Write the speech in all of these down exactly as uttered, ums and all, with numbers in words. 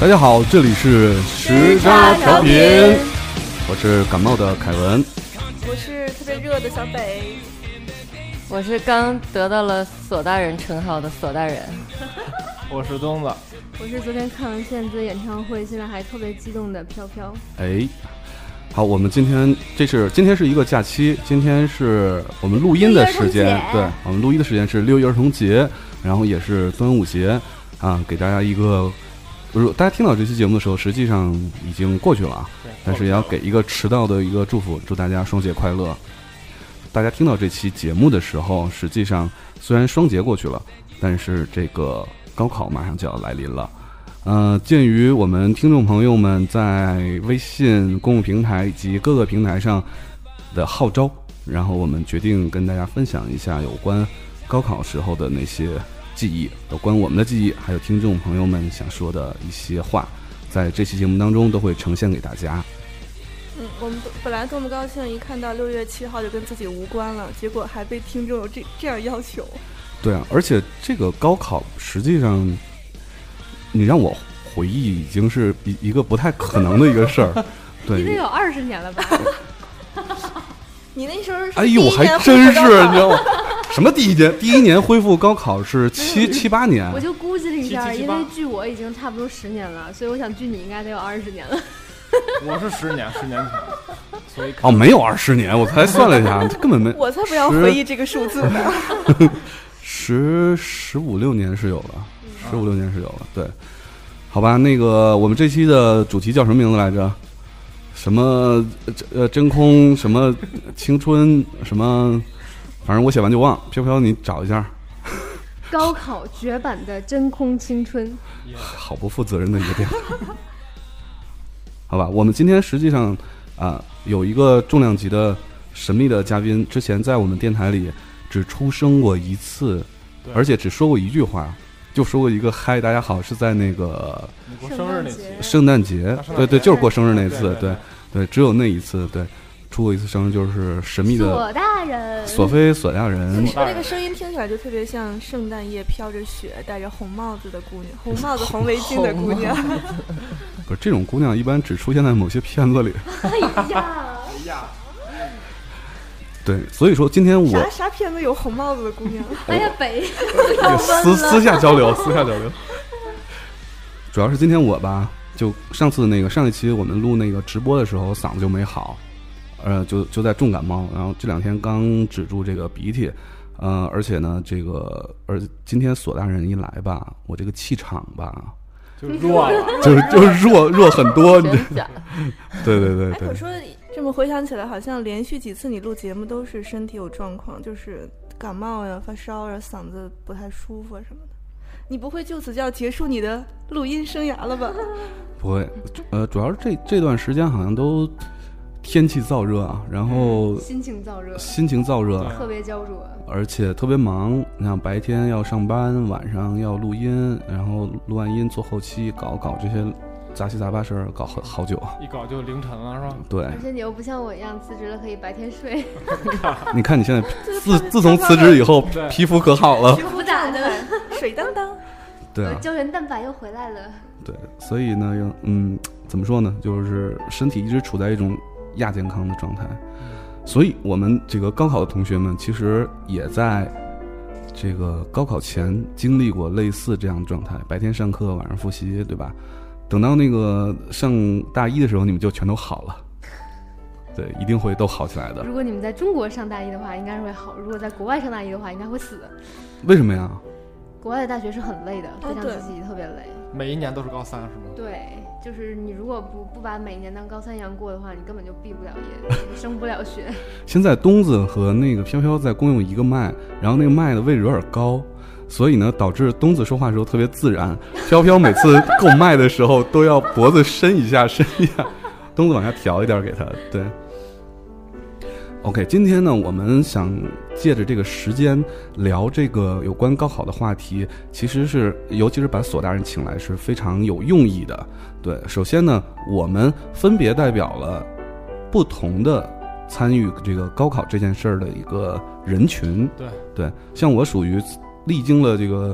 大家好，这里是时差调频，我是感冒的凯文， 我是特别热的小北， 我是刚得到了索大人称号的索大人， 我是东子， 我是昨天看完宪子演唱会，现在还特别激动的飘飘。 哎，好，我们今天这是今天是一个假期，今天是我们录音的时间，对，我们录音的时间是六一儿童节，然后也是端午节啊，给大家一个。如果大家听到这期节目的时候，实际上已经过去了啊，但是也要给一个迟到的一个祝福，祝大家双节快乐。大家听到这期节目的时候，实际上虽然双节过去了，但是这个高考马上就要来临了。呃，鉴于我们听众朋友们在微信公共平台以及各个平台上的号召，然后我们决定跟大家分享一下有关高考时候的那些记忆，有关我们的记忆，还有听众朋友们想说的一些话，在这期节目当中都会呈现给大家。 嗯，我们本来多么高兴，一看到六月七号就跟自己无关了，结果还被听众有这这样要求。 对啊，而且这个高考实际上，你让我回忆，已经是一一个不太可能的一个事儿。对， 你得有二十年了吧？ 你那时候是哎呦，还真是，你知道吗？什么第一年？第一年恢复高考是七七八年。 我就估计了一下， 七七因为距我已经差不多十年了，所以我想距你应该得有二十年了。 我是十年，十年前，所以哦，没有二十年，我才算了一下，根本没。 我才不要回忆这个数字呢。 十十五六年是有了，十五六年是有了，对。好吧，那个我们这期的主题叫什么名字来着？什么呃真空什么青春什么，反正我写完就忘。飘飘你找一下。 高考绝版的真空青春， 好不负责任的一个电台。好吧，我们今天实际上啊、呃、有一个重量级的神秘的嘉宾，之前在我们电台里只出声过一次，而且只说过一句话。就说过一个嗨，大家好，是在那个你过生日那次， 圣诞节，对对，就是过生日那次，对对, 对, 对，只有那一次，对，出过一次生日，就是神秘的索大人， 索菲索大人。 那个声音听起来就特别像圣诞夜飘着雪、戴着红帽子的姑娘，红帽子红围巾的姑娘。 不是这种姑娘，一般只出现在某些片子里。 哎呀， 哎呀。 对，所以说今天我啥啥片子有红帽子的姑娘？ 哎呀，北私私下交流，私下交流。主要是今天我吧，就上次那个上一期我们录那个直播的时候，嗓子就没好，呃，就就在重感冒，然后这两天刚止住这个鼻涕，呃，而且呢，这个而今天索大人一来吧，我这个气场吧， 就弱了， 就是就是弱弱很多， 真假？ 对对对对。 哎，我说这么回想起来，好像连续几次你录节目都是身体有状况，就是感冒呀、发烧呀、嗓子不太舒服啊什么的。你不会就此就要结束你的录音生涯了吧？ 不会，呃，主要是这这段时间好像都天气燥热啊，然后心情燥热， 心情燥热， 特别焦灼， 而且特别忙。你像白天要上班，晚上要录音，然后录完音做后期，搞搞这些杂七杂八事儿，搞好好久， 一搞就凌晨了，是吧？ 对。 而且你又不像我一样辞职了可以白天睡。 你看你现在自自从辞职以后，皮肤可好了， 皮肤咋的？ 水当当。 对啊， 胶原蛋白又回来了。 对，所以呢，嗯，怎么说呢？就是身体一直处在一种亚健康的状态。所以我们这个高考的同学们，其实也在这个高考前经历过类似这样的状态，白天上课，晚上复习，对吧？等到那个上大一的时候，你们就全都好了。对，一定会都好起来的。 如果你们在中国上大一的话，应该是会好；如果在国外上大一的话，应该会死。 为什么呀？ 国外的大学是很累的，非常哦仔细，特别累。 每一年都是高三是吗？ 对，就是你如果不不把每一年当高三一样过的话，你根本就毕不了业，你升不了学。 现在东子和那个飘飘在共用一个麦，然后那个麦的位置有点高，所以呢，导致东子说话的时候特别自然，飘飘每次够麦的时候都要脖子伸一下伸一下，东子往下调一点给他。对。OK， 今天呢，我们想借着这个时间聊这个有关高考的话题，其实是尤其是把索大人请来是非常有用意的。对，首先呢，我们分别代表了不同的参与这个高考这件事儿的一个人群。 对对，像我属于历经了这个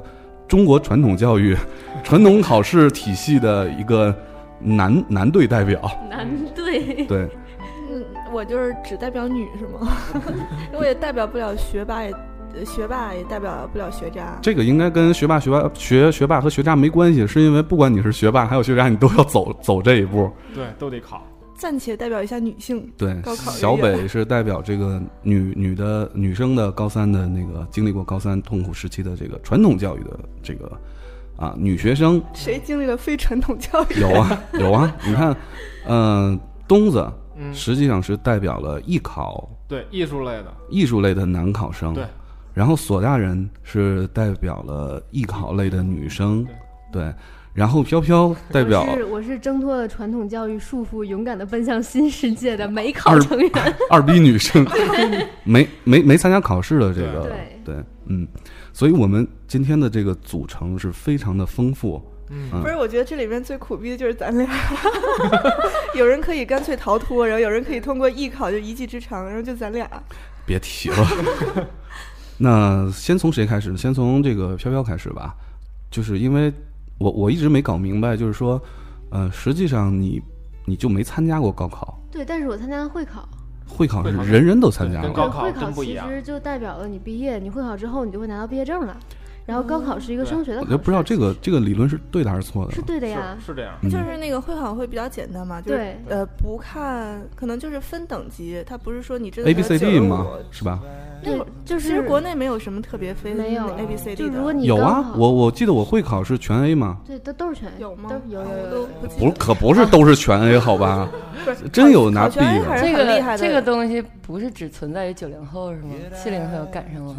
中国传统教育、传统考试体系的一个男男队代表。 男队。 对。 嗯，我就是只代表女是吗？我也代表不了学霸，也学霸也代表不了学渣。 这个应该跟学霸、学霸、学学霸和学渣没关系，是因为不管你是学霸还有学渣，你都要走走这一步。 对，都得考。 暂且代表一下女性。 对， 高考小北是代表这个女女的女生的高三的那个经历过高三痛苦时期的这个传统教育的这个啊女学生。 谁经历了非传统教育？ 有啊有啊，你看，嗯、呃，东子。实际上是代表了艺考， 对艺术类的艺术类的男考生， 对。 然后索大人是代表了艺考类的女生，对。对然后飘飘代表我是我是挣脱了传统教育束缚，勇敢的奔向新世界的美考成员， 二逼女生，没没没参加考试的这个， 对对，嗯。所以我们今天的这个组成是非常的丰富。 嗯，不是，我觉得这里面最苦逼的就是咱俩，有人可以干脆逃脱，然后有人可以通过艺考就一技之长，然后就咱俩。 别提了。那先从谁开始呢？先从这个飘飘开始吧。就是因为我我一直没搞明白，就是说，呃，实际上你你就没参加过高考。 对，但是我参加了会考。 会考是人人都参加了， 跟高考会考其真不一样。 实就代表了你毕业，你会考之后你就会拿到毕业证了。然后高考是一个升学的考试， 我就不知道这个这个理论是对的还是错的。 是对的呀， 是, 是这样。 就是那个会考会比较简单嘛，就是对呃不看，可能就是分等级，它不是说你真的 A B C D 吗？是吧？ 对，就是其实国内没有什么特别分没有 A B C D 的。 如果你有啊，我我记得我会考是全 A 嘛。 对，都都是全 A。 有吗？ 有有有有。 不可不是都是全 A 好吧？真有拿 B 的。 这个这个东西不是只存在于九零后是吗？七零后要赶上了。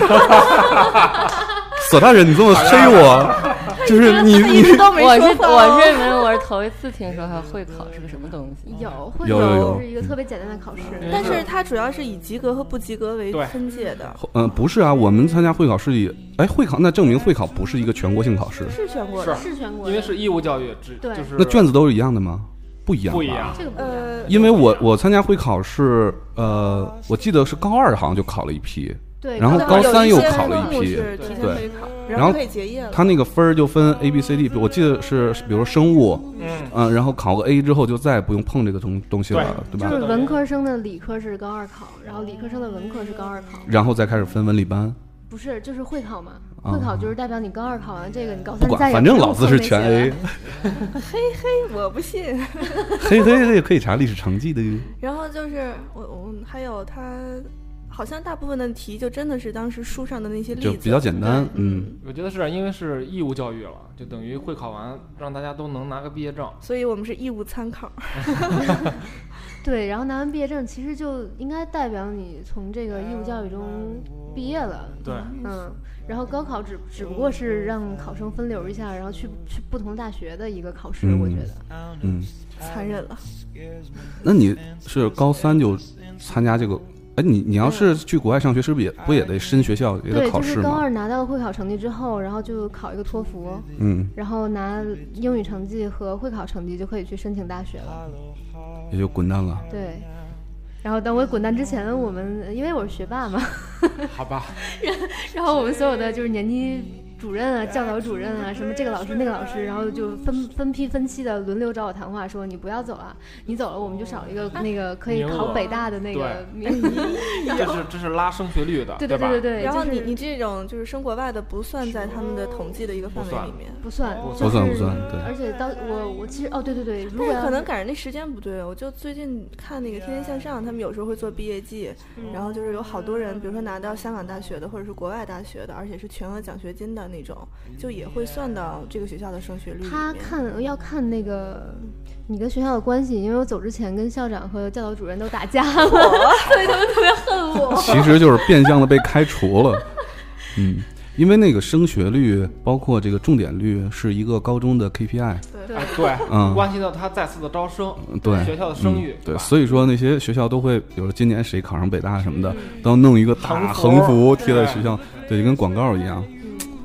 索大人，你这么黑我，就是你你我是我认为我是头一次听说还有会考是个什么东西。 有会考是一个特别简单的考试， 但是它主要是以及格和不及格为分界的。 嗯、呃，不是啊，我们参加会考是以哎会考，那证明会考不是一个全国性考试。 是全国的， 是全国的， 因为是义务教育，只对， 就是那卷子都是一样的吗？不一样， 不一样。 这个不一样。 呃， 因为我我参加会考是呃，我记得是高二好像就考了一批。 对， 然后高三又考了一批， 对， 然后可以结业了。 他那个分儿就分 A、B、C、D， 我记得是比如生物，嗯嗯，然后考个 A 之后就再也不用碰这个东东西了，对吧？ 就是文科生的理科是高二考，然后理科生的文科是高二考， 然后再开始分文理班。 不是，就是会考嘛，会考就是代表你高二考完这个，你高不管， 三再也反正老子是全 A。 嘿嘿，我不信。 嘿嘿嘿，可以查历史成绩的。 然后就是我我还有他。好像大部分的题就真的是当时书上的那些例子， 就比较简单。嗯， 我觉得是因为是义务教育了，就等于会考完让大家都能拿个毕业证， 所以我们是义务参考。 对，然后拿完毕业证，其实就应该代表你从这个义务教育中毕业了。 对， 嗯，然后高考只只不过是让考生分流一下，然后去去不同大学的一个考试， 嗯、 我觉得， 嗯， 残忍了。 那你是高三就参加这个？哎，你你要是去国外上学，是不是也不也得申学校也得考试吗？ 对，就是高二拿到会考成绩之后，然后就考一个托福， 嗯， 然后拿英语成绩和会考成绩就可以去申请大学了， 也就滚蛋了。 对，然后等我滚蛋之前，我们因为我是学霸嘛， 好吧， 然后我们所有的就是年级主任啊、教导主任啊，什么这个老师那个老师，然后就分分批分期的轮流找我谈话，说你不要走了，你走了我们就少了一个那个可以考北大的那个名额。 这是这是拉升学率的， 对对对对对。 然后你你这种就是升国外的不算在他们的统计的一个范围里面， 不算不算不算。对。 而且到我我其实哦对对对，如果可能赶上那时间不对，我就最近看那个《天天向上》，他们有时候会做毕业季，然后就是有好多人，比如说拿到香港大学的或者是国外大学的，而且是全额奖学金的那种，就也会算到这个学校的升学率里面。 他看要看那个你跟学校的关系，因为我走之前跟校长和教导主任都打架了，所以他们特别恨我。 其实就是变相的被开除了。嗯，因为那个升学率包括这个重点率是一个高中的 K P I。 对，哎、对， 嗯， 关系到他再次的招生， 对学校的声誉， 嗯、对，所以说那些学校都会，比如说今年谁考上北大什么的，都要弄一个大横幅贴在学校，对，就跟广告一样。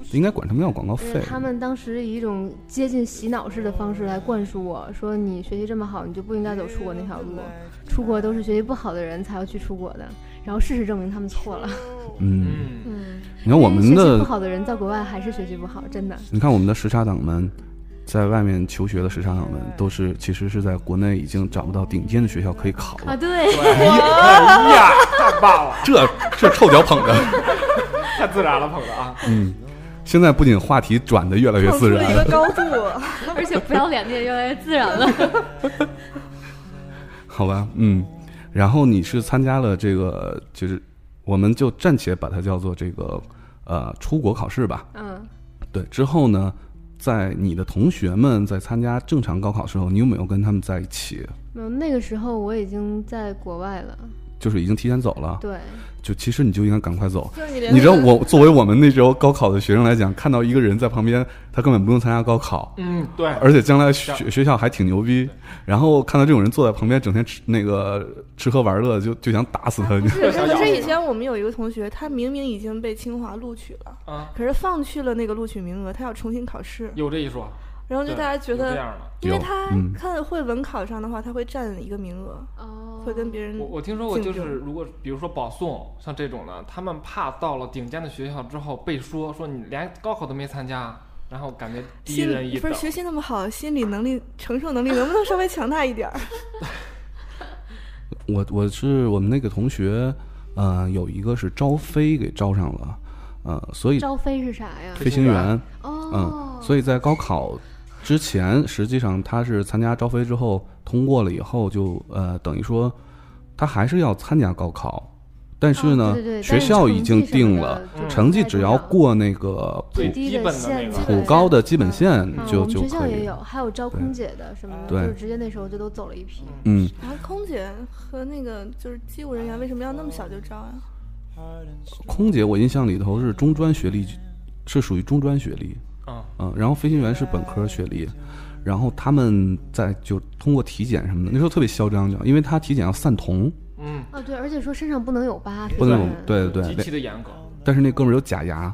应该管他们要广告费。 他们当时以一种接近洗脑式的方式来灌输我说，你学习这么好，你就不应该走出国那条路，出国都是学习不好的人才要去出国的。然后事实证明他们错了。 嗯嗯， 你看我们的学习不好的人在国外还是学习不好，真的。 你看我们的时差党们，在外面求学的时差党们，都是其实是在国内已经找不到顶尖的学校可以考了啊！对， 哎呀，太棒了， 这这臭脚捧的， 太自然了，捧的啊。 嗯，现在不仅话题转得越来越自然， 一个高度， 而且不要脸的也越来越自然了。 好吧，嗯。然后你是参加了这个，就是我们就暂且把它叫做这个呃出国考试吧。 嗯， 对。之后呢，在你的同学们在参加正常高考的时候，你有没有跟他们在一起？ 没有，那个时候我已经在国外了， 就是已经提前走了。 对。 就其实你就应该赶快走。 你, 你知道我作为我们那时候高考的学生来讲，看到一个人在旁边，他根本不用参加高考， 嗯，对， 而且将来学学校还挺牛逼，然后看到这种人坐在旁边，整天吃那个吃喝玩乐，就就想打死他。 不是，可是以前我们有一个同学，他明明已经被清华录取了，啊，可是放弃了那个录取名额，他要重新考试。 有这一说。 然后就大家觉得，因为他看会文考上的话，他会占一个名额，哦，会跟别人。 我我听说过，就是如果比如说保送像这种的，他们怕到了顶尖的学校之后被说说你连高考都没参加，然后感觉低人一等。 不是学习那么好，心理能力、承受能力能不能稍微强大一点？ 我我是我们那个同学，呃，有一个是招飞给招上了，呃，所以招飞是啥呀？ 飞行员。 哦， 嗯，所以在高考之前，实际上他是参加招飞之后通过了以后就，就呃等于说他还是要参加高考，但是呢， 哦、对对对学校已经定了，成绩只要过那个最基本的那个普高的基本线就、 嗯、 就可以。我们学校也有，还有招空姐的什么的，就是直接那时候就都走了一批。 嗯， 然后空姐和那个就是机务人员为什么要那么小就招呀？ 空姐我印象里头是中专学历，是属于中专学历。 嗯嗯，然后飞行员是本科学历，然后他们在就通过体检什么的，那时候特别嚣张，因为他体检要散瞳。 嗯， 哦对，而且说身上不能有疤， 不能有，对对对， 极其的严格。 但是那哥们儿有假牙，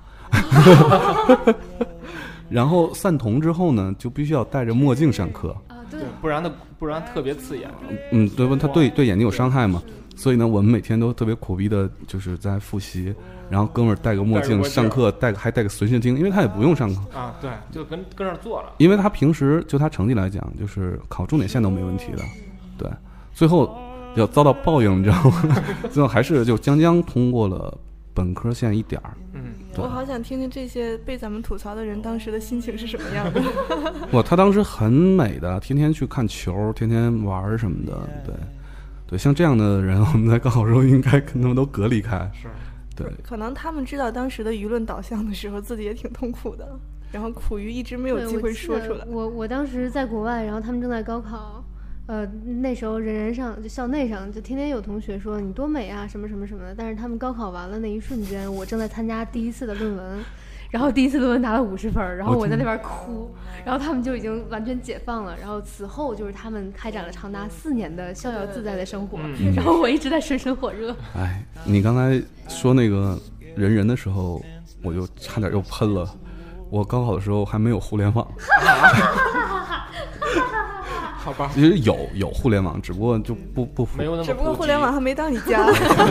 然后散瞳之后呢，就必须要戴着墨镜上课啊，对， 不然的不然特别刺眼。 嗯，对吧？他对对眼睛有伤害嘛，所以呢，我们每天都特别苦逼的，就是在复习。然后哥们儿戴个墨镜上课，戴个还戴个随身听，因为他也不用上课啊，对，就跟跟那儿坐了。 因为他平时就他成绩来讲，就是考重点线都没问题的，对。最后要遭到报应，你知道吗？最后还是就将将通过了本科线一点儿。 嗯，我好想听听这些被咱们吐槽的人当时的心情是什么样的。 哇，他当时很美的，天天去看球，天天玩什么的，对，对，像这样的人，我们在高考时候应该跟他们都隔离开。 是。 对， 可能他们知道当时的舆论导向的时候，自己也挺痛苦的，然后苦于一直没有机会说出来。 我我, 我当时在国外，然后他们正在高考，呃，那时候人人上就校内上就天天有同学说你多美啊什么什么什么的，但是他们高考完了那一瞬间，我正在参加第一次的论文。然后第一次论文拿了五十分，然后我在那边哭，然后他们就已经完全解放了。然后此后就是他们开展了长达四年的逍遥自在的生活， 嗯、 然后我一直在水深火热。 哎，你刚才说那个人人的时候，我就差点又喷了。我高考的时候还没有互联网。 好吧， 其实有有互联网，只不过就不不没有那么， 只不过互联网还没到你家。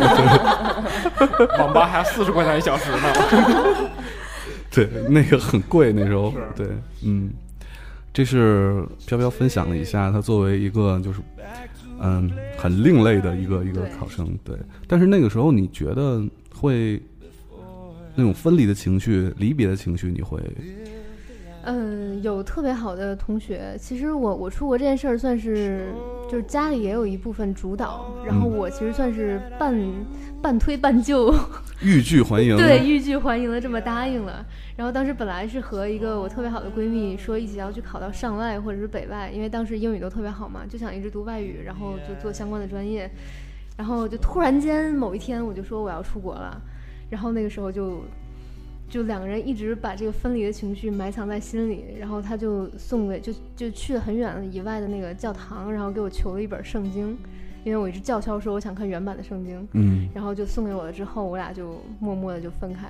网吧还四十块钱一小时呢。 对，那个很贵，那时候对，嗯，这是飘飘分享了一下，他作为一个就是嗯很另类的一个一个考生，对，但是那个时候你觉得会那种分离的情绪、离别的情绪，你会？ 嗯，有特别好的同学。其实我我出国这件事儿算是，就是家里也有一部分主导，然后我其实算是半、嗯、半推半就， 欲拒还迎。 对，欲拒还迎的这么答应了。然后当时本来是和一个我特别好的闺蜜说一起要去考到上外或者是北外，因为当时英语都特别好嘛，就想一直读外语，然后就做相关的专业。然后就突然间某一天我就说我要出国了，然后那个时候就。就两个人一直把这个分离的情绪埋藏在心里，然后他就送给就就去了很远以外的那个教堂，然后给我求了一本圣经，因为我一直叫嚣说我想看原版的圣经， 嗯， 然后就送给我了。之后我俩就默默的就分开了。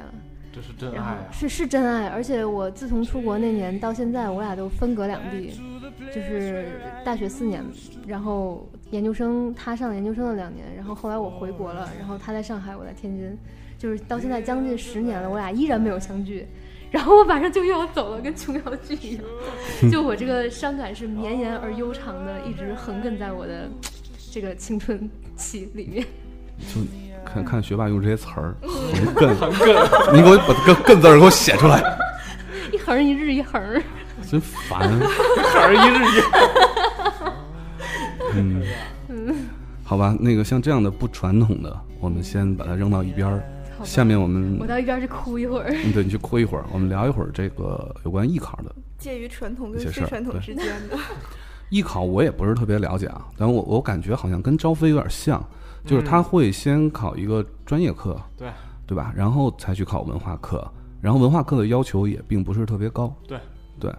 这是真爱然后啊！ 是是真爱，而且我自从出国那年到现在，我俩都分隔两地，就是大学四年，然后研究生他上研究生的两年，然后后来我回国了，然后他在上海，我在天津，就是到现在将近十年了，我俩依然没有相聚。然后我马上就又要走了，跟琼瑶剧一样，就我这个伤感是绵延而悠长的，一直横亘在我的这个青春期里面。 就看看学霸用这些词儿，横亘，横亘，你给我把“亘”字儿给我写出来， 一横一日一横， 真烦， 横一日一横。 嗯，好吧，那个像这样的不传统的，我们先把它扔到一边儿。下面我们我到一边去哭一会儿。 嗯，对，你去哭一会儿，我们聊一会儿这个有关艺考的， 介于传统跟非传统之间的。 艺考我也不是特别了解啊，但我我感觉好像跟招飞有点像，就是他会先考一个专业课， 对、嗯、 对吧？然后才去考文化课，然后文化课的要求也并不是特别高。 对对。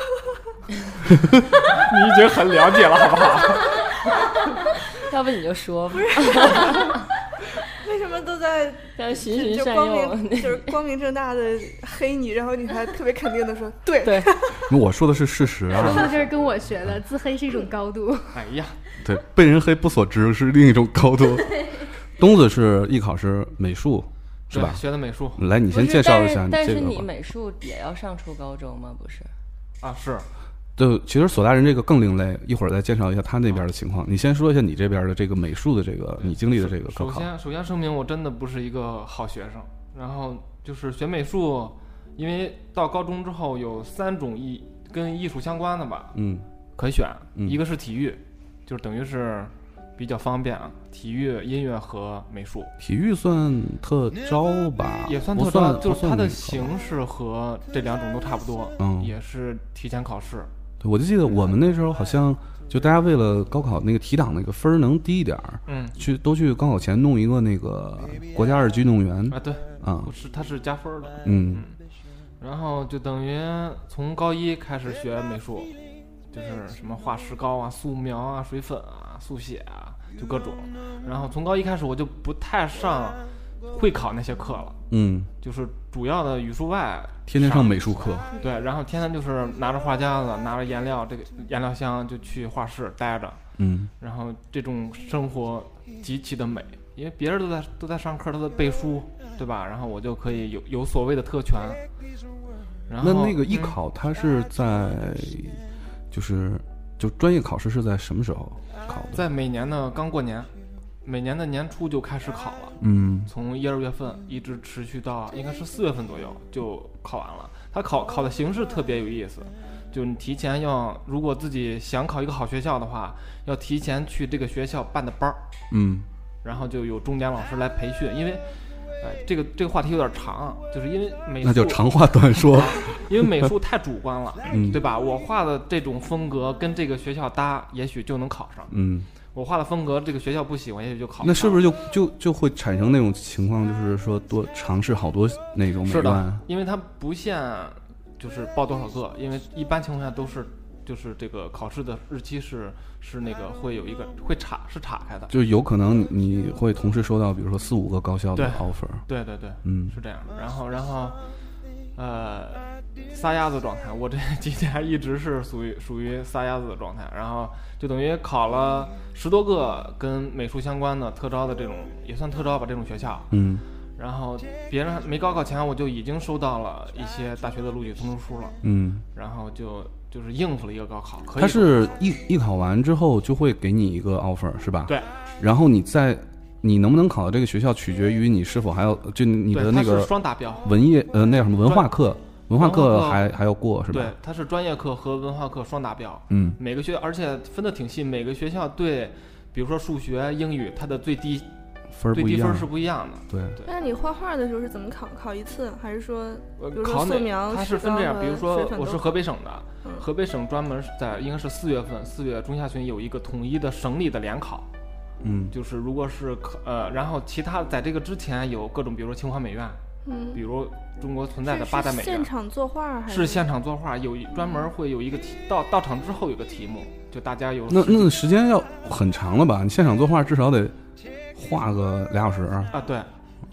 你已经很了解了，好不好？ 要不你就说吧。 为什么都在循循善诱？就是光明正大的黑你，然后你还特别肯定的说对对。 我说的是事实啊。 说的这是跟我学的，自黑是一种高度。 哎呀， 对，被人黑不所知是另一种高度。东子是艺考是美术，是吧？ 学的美术。 来，你先介绍一下你这个吧。 但是你美术也要上初高中吗？不是？ 啊，是。 对，其实索大人这个更另类，一会儿再介绍一下他那边的情况。你先说一下你这边的这个美术的这个你经历的这个高考。 首先，首先声明，我真的不是一个好学生。然后就是学美术，因为到高中之后有三种艺跟艺术相关的吧， 嗯， 可以选。 嗯、 一个是体育，就是等于是比较方便啊，体育、音乐和美术。 体育算特招吧？ 也算特招，就是它的形式和这两种都差不多，嗯，也是提前考试。 我就记得我们那时候好像就大家为了高考那个提档那个分能低一点儿， 嗯， 去都去高考前弄一个那个国家二级运动员啊，对啊， 是它是加分的， 嗯， 嗯，然后就等于从高一开始学美术，就是什么画石膏啊、素描啊、水粉啊、速写啊，就各种。然后从高一开始我就不太上会考那些课了， 嗯， 就是主要的语数外。 天天上美术课， 对，然后天天就是拿着画夹子，拿着颜料，这个颜料箱就去画室待着， 嗯， 然后这种生活极其的美，因为别人都在都在上课，都在背书，对吧？然后我就可以有有所谓的特权。然后那那个艺考它是在，嗯、就是就专业考试是在什么时候考的？ 在每年的刚过年。每年的年初就开始考了， 嗯， 从一二月份一直持续到应该是四月份左右就考完了。它考考的形式特别有意思，就你提前要，如果自己想考一个好学校的话，要提前去这个学校办的班儿， 嗯， 然后就有重点老师来培训。因为，呃，这个这个话题有点长，就是因为美术那就长话短说， 因为美术太主观了， 嗯， 对吧？我画的这种风格跟这个学校搭，也许就能考上， 嗯。 我画的风格，这个学校不喜欢，也许就考不上。 那是不是就就就会产生那种情况，就是说多尝试好多那种美院？ 是的，因为它不限，就是报多少个，因为一般情况下都是，就是这个考试的日期是是那个会有一个会岔是岔开的， 就有可能你会同时收到，比如说四五个高校的 offer。 对对对， 嗯， 是这样的。然后然后，呃。撒丫子状态，我这几年一直是属于属于撒丫子的状态，然后就等于考了十多个跟美术相关的特招的这种，也算特招吧，这种学校。 嗯， 然后别人没高考前，我就已经收到了一些大学的录取通知书了。 嗯， 然后就就是应付了一个高考。可以他是艺艺考完之后就会给你一个 offer 是吧？ 对。 然后你在你能不能考到这个学校，取决于你是否还要就你的那个双达标文业呃那叫什么文化课。文化课还还要过是吧？ 对，它是专业课和文化课双达标。 嗯， 每个学而且分得挺细，每个学校对，比如说数学、英语，它的最低分最低分是不一样的。 对。 对那你画画的时候是怎么考？考一次还是说，比如说考素描？ 它是分这样，比如说我是河北省的， 嗯、 河北省专门在应该是四月份，四月中下旬有一个统一的省里的联考。 嗯， 就是如果是呃，然后其他在这个之前有各种，比如说清华美院。 嗯， 比如中国存在的八大美院， 现场作画还是？ 是现场作画，有专门会有一个题，到到场之后有个题目，就大家有。 那那时间要很长了吧？你现场作画至少得画个俩小时啊？对，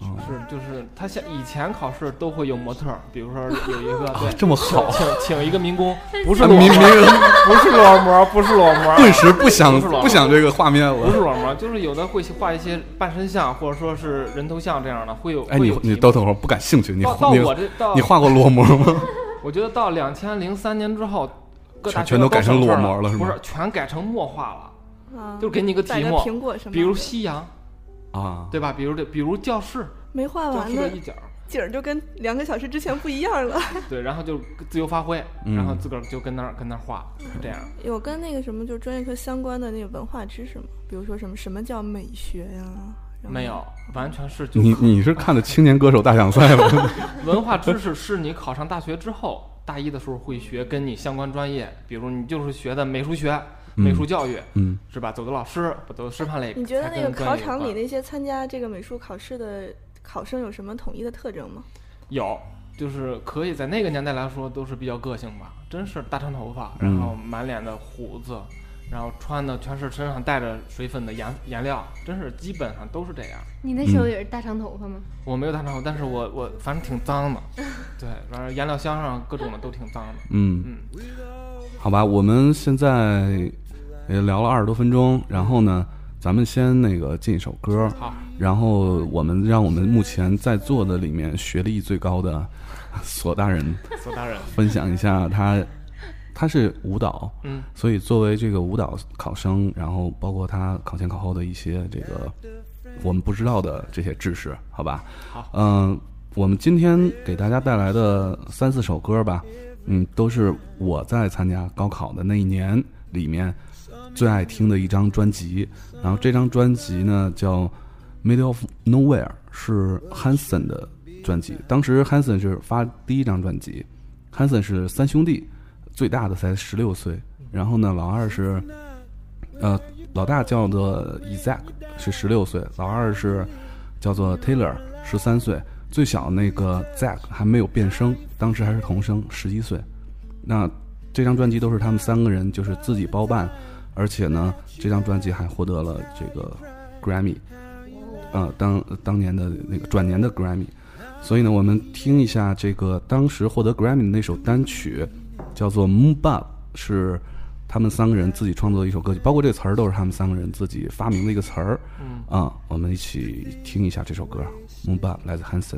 是，就是他像以前考试都会有模特，比如说有一个对、 啊、这么好， 请请一个民工，不是裸模，不是裸模，不是裸模， 顿时不想不想这个画面了， 不是裸模，就是有的会画一些半身像或者说是人头像这样的，会有。 哎，你你等等会儿不感兴趣，你到到我这到你画过裸模吗？ 我觉得到两千零三年之后，各大全都改成裸模了，是吗？ 不是，全改成默画了， 啊、 就是给你个题目， 苹果什么， 比如夕阳啊， 对吧？比如这，比如教室。 没画完呢， 一角景儿就跟两个小时之前不一样了。 对，然后就自由发挥， 嗯、 然后自个儿就跟那儿跟那儿画，这样。 有跟那个什么就专业课相关的那个文化知识吗？比如说什么什么叫美学呀？ 没有，完全是就你你是看的青年歌手大奖赛吗？ 文化知识是你考上大学之后，大一的时候会学跟你相关专业，比如你就是学的美术学。美术教育， 嗯， 是吧？走的老师，走的师范类。 你觉得那个考场里那些参加这个美术考试的考生有什么统一的特征吗？ 有，就是可以在那个年代来说都是比较个性吧，真是大长头发，然后满脸的胡子，嗯、然后穿的全是身上带着水粉的颜颜料，真是基本上都是这样。 你那时候也是大长头发吗？ 嗯、我没有大长头发，但是我我反正挺脏的，对，反正颜料箱上各种的都挺脏的。 嗯嗯， 好吧，我们现在。也聊了二十多分钟，然后呢，咱们先那个进一首歌， 好， 然后我们让我们目前在座的里面学历最高的索大人， 索大人分享一下他，他是舞蹈， 嗯， 所以作为这个舞蹈考生，然后包括他考前考后的一些这个我们不知道的这些知识，好吧？ 好， 嗯、呃，我们今天给大家带来的三四首歌吧，嗯，都是我在参加高考的那一年里面最爱听的一张专辑，然后这张专辑呢叫 Middle of Nowhere， 是 Hanson 的专辑。当时 Hanson 是发第一张专辑， Hanson 是三兄弟，最大的才十六岁，然后呢老二是呃老大叫做 Isaac 是十六岁，老二是叫做 Taylor 十三岁，最小那个 Zach 还没有变声，当时还是童声，十一岁。那这张专辑都是他们三个人就是自己包办，而且呢，这张专辑还获得了这个 Grammy， 呃，当当年的那个转年的 Grammy。所以呢，我们听一下这个当时获得 Grammy 的那首单曲，叫做 Moonbug， 是他们三个人自己创作的一首歌曲，包括这词儿都是他们三个人自己发明的一个词儿。 嗯啊、呃，我们一起听一下这首歌 Moonbug 来自 Hanson。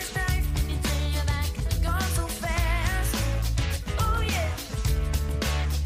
Oh yeah.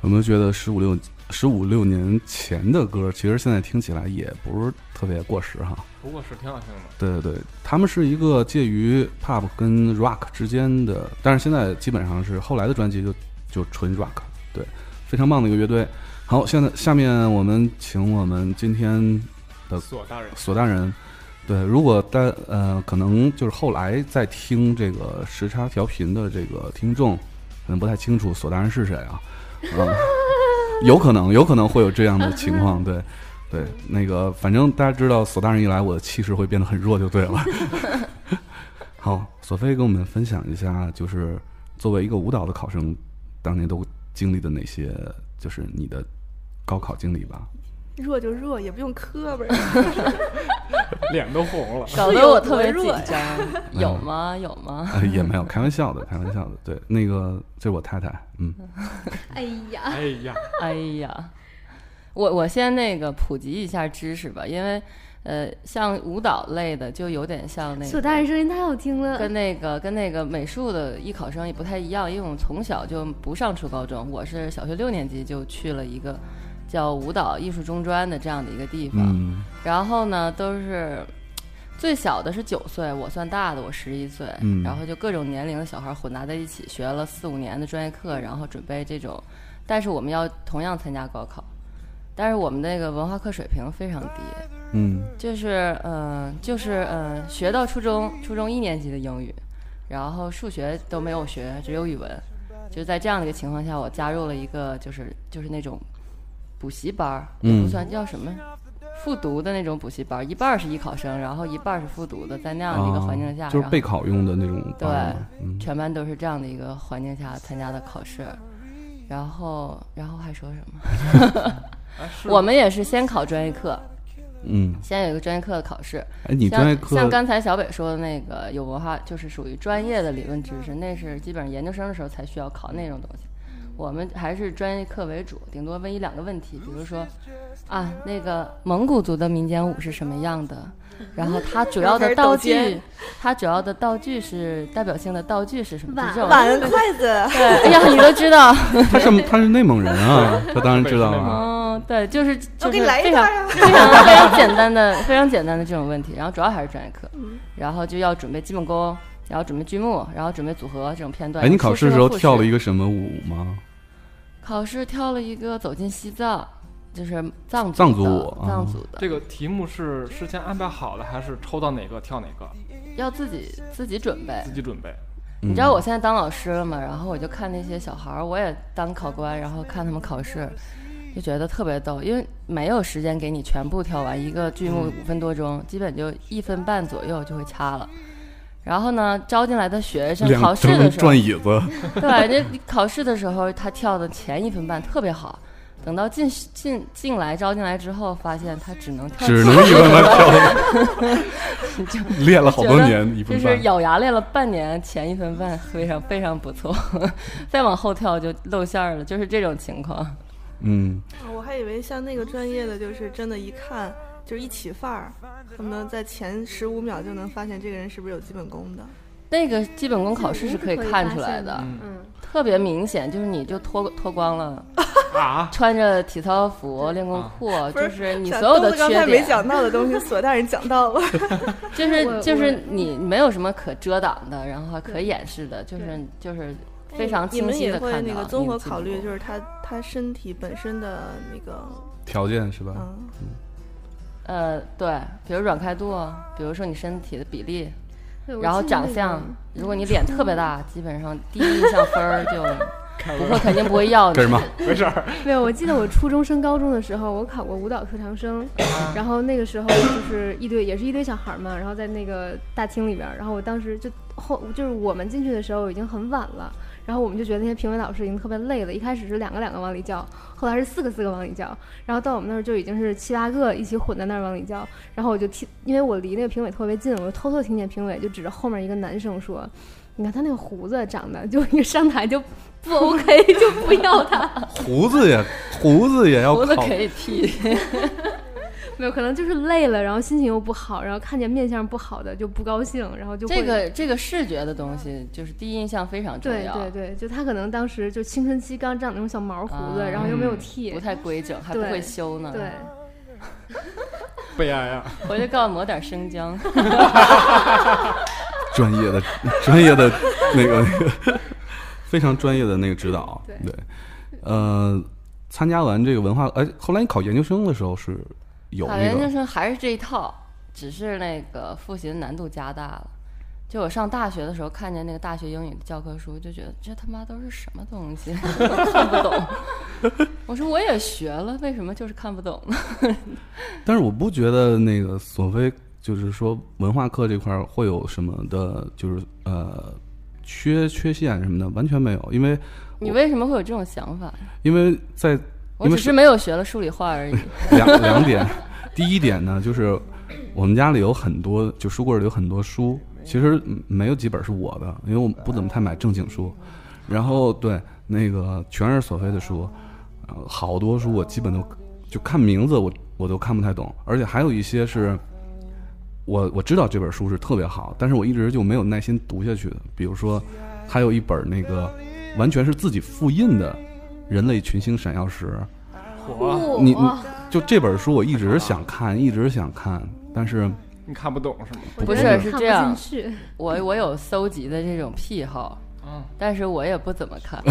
有没有觉得十五六十五六年前的歌，其实现在听起来也不是特别过时哈？ 不过是挺好听的。 对对对，他们是一个介于 pop 跟 rock 之间的，但是现在基本上是后来的专辑就就纯 rock， 对，非常棒的一个乐队。好，现在下面我们请我们今天的索大人， 索大人。对，如果大呃可能就是后来在听这个时差调频的这个听众，可能不太清楚索大人是谁啊？嗯，有可能有可能会有这样的情况，对对，那个反正大家知道索大人一来，我的气势会变得很弱就对了。好，索菲跟我们分享一下，就是作为一个舞蹈的考生，当年都经历的哪些，就是你的高考经历吧。 弱就弱，也不用磕巴， 脸都红了， 搞得我特别紧张。有吗？有吗？ 呃，也没有，开玩笑的，开玩笑的。对，那个这是我太太，嗯。 哎呀， 哎呀， 哎呀，我我先那个普及一下知识吧，因为呃，像舞蹈类的就有点像那个。 索大人声音太好听了。 跟那个跟那个美术的艺考生也不太一样，因为我们从小就不上初高中，我是小学六年级就去了一个叫舞蹈艺术中专的这样的一个地方， 嗯、 然后呢都是最小的是九岁，我算大的，我十一岁， 嗯， 然后就各种年龄的小孩混杂在一起，学了四五年的专业课，然后准备这种，但是我们要同样参加高考，但是我们那个文化课水平非常低， 嗯， 就是嗯、呃、就是嗯、呃、学到初中初中一年级的英语，然后数学都没有学，只有语文，就在这样的一个情况下，我加入了一个就是就是那种补习班，也不算叫什么、嗯、复读的那种补习班，一半是艺考生，然后一半是复读的，在那样的一个环境下、 啊、就是备考用的那种对、 嗯、 全班都是这样的一个环境下参加的考试，然后然后还说什么、啊、我们也是先考专业课， 嗯， 先有一个专业课的考试。 哎，你专业课像, 像刚才小北说的那个有文化，就是属于专业的理论知识，那是基本上研究生的时候才需要考那种东西。我们还是专业课为主，顶多问一两个问题，比如说啊，那个蒙古族的民间舞是什么样的，然后它主要的道具，它主要的道具是代表性的道具是什么？ 碗、碗、筷子。 对，哎呀，你都知道。 他是他是内蒙人啊，他当然知道了。 哦，对，就是就是非常非常非常简单的非常简单的这种问题，然后主要还是专业课，然后就要准备基本功，然后准备剧目，然后准备组合这种片段。 哎，你考试的时候跳了一个什么舞吗？ 考试跳了一个走进西藏，就是藏族藏族舞， 藏族的。 这个题目是事先安排好的，还是抽到哪个跳哪个？ 要自己自己准备， 自己准备。 你知道我现在当老师了嘛？然后我就看那些小孩，我也当考官，然后看他们考试，就觉得特别逗，因为没有时间给你全部跳完一个剧目，五分多钟，基本就一分半左右就会掐了。然后呢，招进来的学生考试的时候， 转椅子， 对，这考试的时候他跳的前一分半特别好，等到进进进来招进来之后，发现他只能跳， 只能一分半跳，练了好多年，一分半， 就是咬牙练了半年，前一分半非常非常不错，再往后跳就露馅了，就是这种情况。 嗯， 我还以为像那个专业的，就是真的，一看就是一起范儿，可能在前十五秒就能发现这个人是不是有基本功的。 那个基本功考试是可以看出来的， 嗯， 特别明显，就是你就脱脱光了啊， 穿着体操服、练功裤， 啊、 就是你所有的缺点。 刚才没讲到的东西，索大人讲到了， 就是就是你没有什么可遮挡的，然后可掩饰的，就是就是非常清晰的看到。 你们也会那个综合考虑，就是他他身体本身的那个条件是吧？ 嗯。 嗯呃，对，比如软开度，比如说你身体的比例，然后长相，如果你脸特别大，基本上第一印象分儿就不会，肯定不会要你。 干什么？ 没事儿。 没有，我记得我初中升高中的时候，我考过舞蹈特长生，然后那个时候就是一堆也是一堆小孩嘛，然后在那个大厅里边，然后我当时就后就是我们进去的时候已经很晚了。然后我们就觉得那些评委老师已经特别累了，一开始是两个两个往里叫，后来是四个四个往里叫，然后到我们那儿就已经是七八个一起混在那儿往里叫。然后我就听，因为我离那个评委特别近，我就偷偷听见评委就指着后面一个男生说：“你看他那个胡子长得，就一上台就不 OK， 就不要他。” 胡子也胡子也要考， 胡子可以剃。 没有，可能就是累了，然后心情又不好，然后看见面相不好的就不高兴，然后就会这个这个视觉的东西，就是第一印象非常重要。 对对对，就他可能当时就青春期刚长那种小毛胡子，啊、然后又没有剃， 不太规整，还不会修呢。 对， 悲哀啊！ 回去告诉抹点生姜。 专业的专业的那个那个非常专业的那个指导。对，对呃，参加完这个文化，哎，后来你考研究生的时候是有那个。考研究生还是这一套，只是那个复习的难度加大了。就我上大学的时候，看见那个大学英语的教科书，就觉得这他妈都是什么东西，看不懂。我说我也学了，为什么就是看不懂呢？ 但是我不觉得那个索菲就是说文化课这块会有什么的，就是呃缺缺陷什么的，完全没有。因为你为什么会有这种想法？ 因为在我只是没有学了数理化而已。 两两点，第一点呢，就是我们家里有很多，就书柜里有很多书。其实没有几本是我的，因为我不怎么太买正经书。然后对那个全是索菲的书，呃，好多书我基本都就看名字我我都看不太懂，而且还有一些是我我知道这本书是特别好，但是我一直就没有耐心读下去的。比如说还有一本那个完全是自己复印的《人类群星闪耀时》，你你就这本书我一直想看，一直想看，但是。 你看不懂是吗？ 不是，是这样。我我有搜集的这种癖好，嗯，但是我也不怎么看。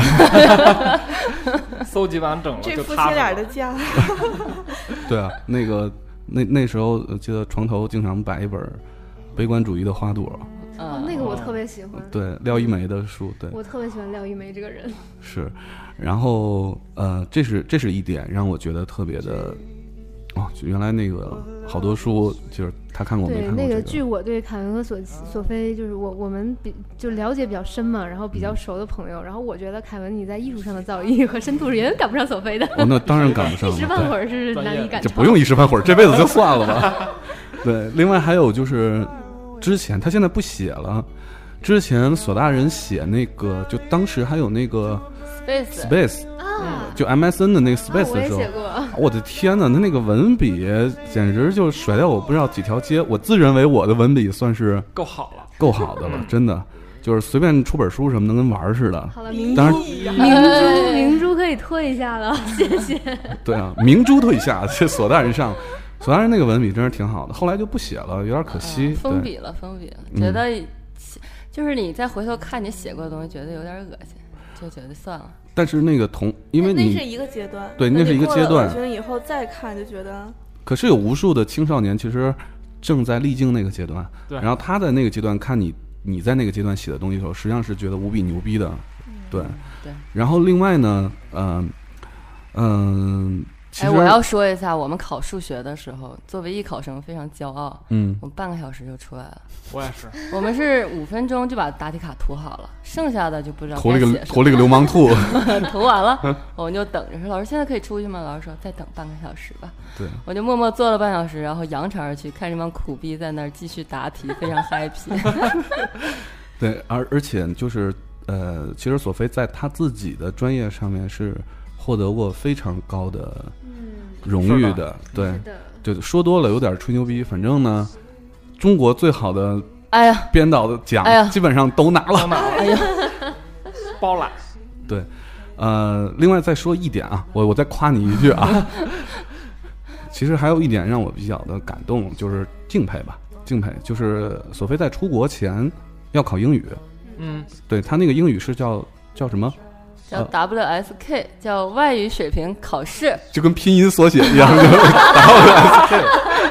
搜集完整了就这夫妻俩的家。 对啊，那个那那时候记得床头经常摆一本《悲观主义的花朵》。 哦，那个我特别喜欢。 对，廖一梅的书，对， 我特别喜欢廖一梅这个人。 是，然后呃，这是这是一点让我觉得特别的。哦，原来那个好多书就是他看过没看过、这个、 对，那个据我对凯文和索索菲就是我我们比就了解比较深嘛，然后比较熟的朋友、嗯、然后我觉得凯文你在艺术上的造诣和深度是远远赶不上索菲的。 哦，那当然赶不上了， 一时半会儿是难以赶上， 就不用一时半会儿，这辈子就算了吧。对，另外还有就是之前他现在不写了，之前索大人写那个就当时还有那个 Space Space啊，就 M S N 的那个 Space 的时候、 啊、 我, 我的天哪，他那个文笔简直就甩掉我不知道几条街。我自认为我的文笔算是够好了， 够好的了，真的就是随便出本书什么能跟玩似的。 好了，明当然明珠明珠可以退下了，谢谢。 对啊，明珠退下，这索大人上。索大人那个文笔真是挺好的，后来就不写了，有点可惜。 嗯、封笔了，封笔了，觉得、嗯、就是你再回头看你写过的东西，觉得有点恶心，就觉得算了。 但是那个同，因为你那是一个阶段， 对，那是一个阶段。 我觉得以后再看就觉得。 可是有无数的青少年其实正在历经那个阶段， 对。 然后他在那个阶段看你，你在那个阶段写的东西的时候，实际上是觉得无比牛逼的， 嗯、 对。 对。 然后另外呢，嗯、呃、嗯。 哎，我要说一下，我们考数学的时候，作为艺考生非常骄傲。 嗯， 我们半个小时就出来了。 我也是。 我们是五分钟就把答题卡涂好了，剩下的就不知道涂了个涂了个流氓兔。 涂完了，我们就等着说，老师现在可以出去吗？老师说再等半个小时吧。 对。 我就默默坐了半小时，然后扬长而去，看这帮苦逼在那儿继续答题，非常 happy。 对，而而且就是呃，其实索菲在他自己的专业上面是获得过非常高的。荣誉的， 的对，对，说多了有点吹牛逼。反正呢，中国最好的哎呀编导的奖， 哎呀， 基本上都拿了， 哎呀， 包揽。 对，呃，另外再说一点啊，我我再夸你一句啊，其实还有一点让我比较的感动，就是敬佩吧，敬佩，就是索菲在出国前要考英语， 嗯， 对他那个英语是叫叫什么？ 叫 W S K，、呃、叫外语水平考试， 就跟拼音缩写一样。W S K，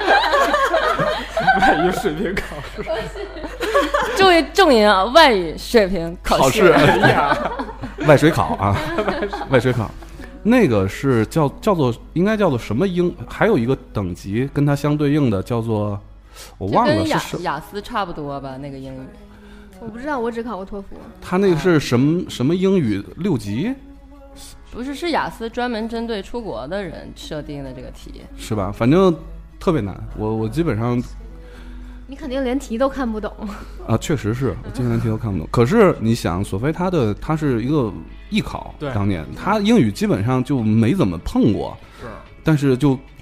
外语水平考试， 注意重音啊！外语水平考试， 外水考啊，外水考，那个是叫叫做应该叫做什么英？还有一个等级跟它相对应的叫做我忘了， 跟雅是雅思差不多吧？那个英语。 我不知道，我只考过托福。 他那个是什么、啊、什么英语六级？ 不是，是雅思专门针对出国的人设定的这个题， 是吧？反正特别难，我我基本上， 你肯定连题都看不懂啊，确实是我基本连题都看不懂。可是你想，索菲他的他是一个艺考，当年他英语基本上就没怎么碰过， 是， 但是就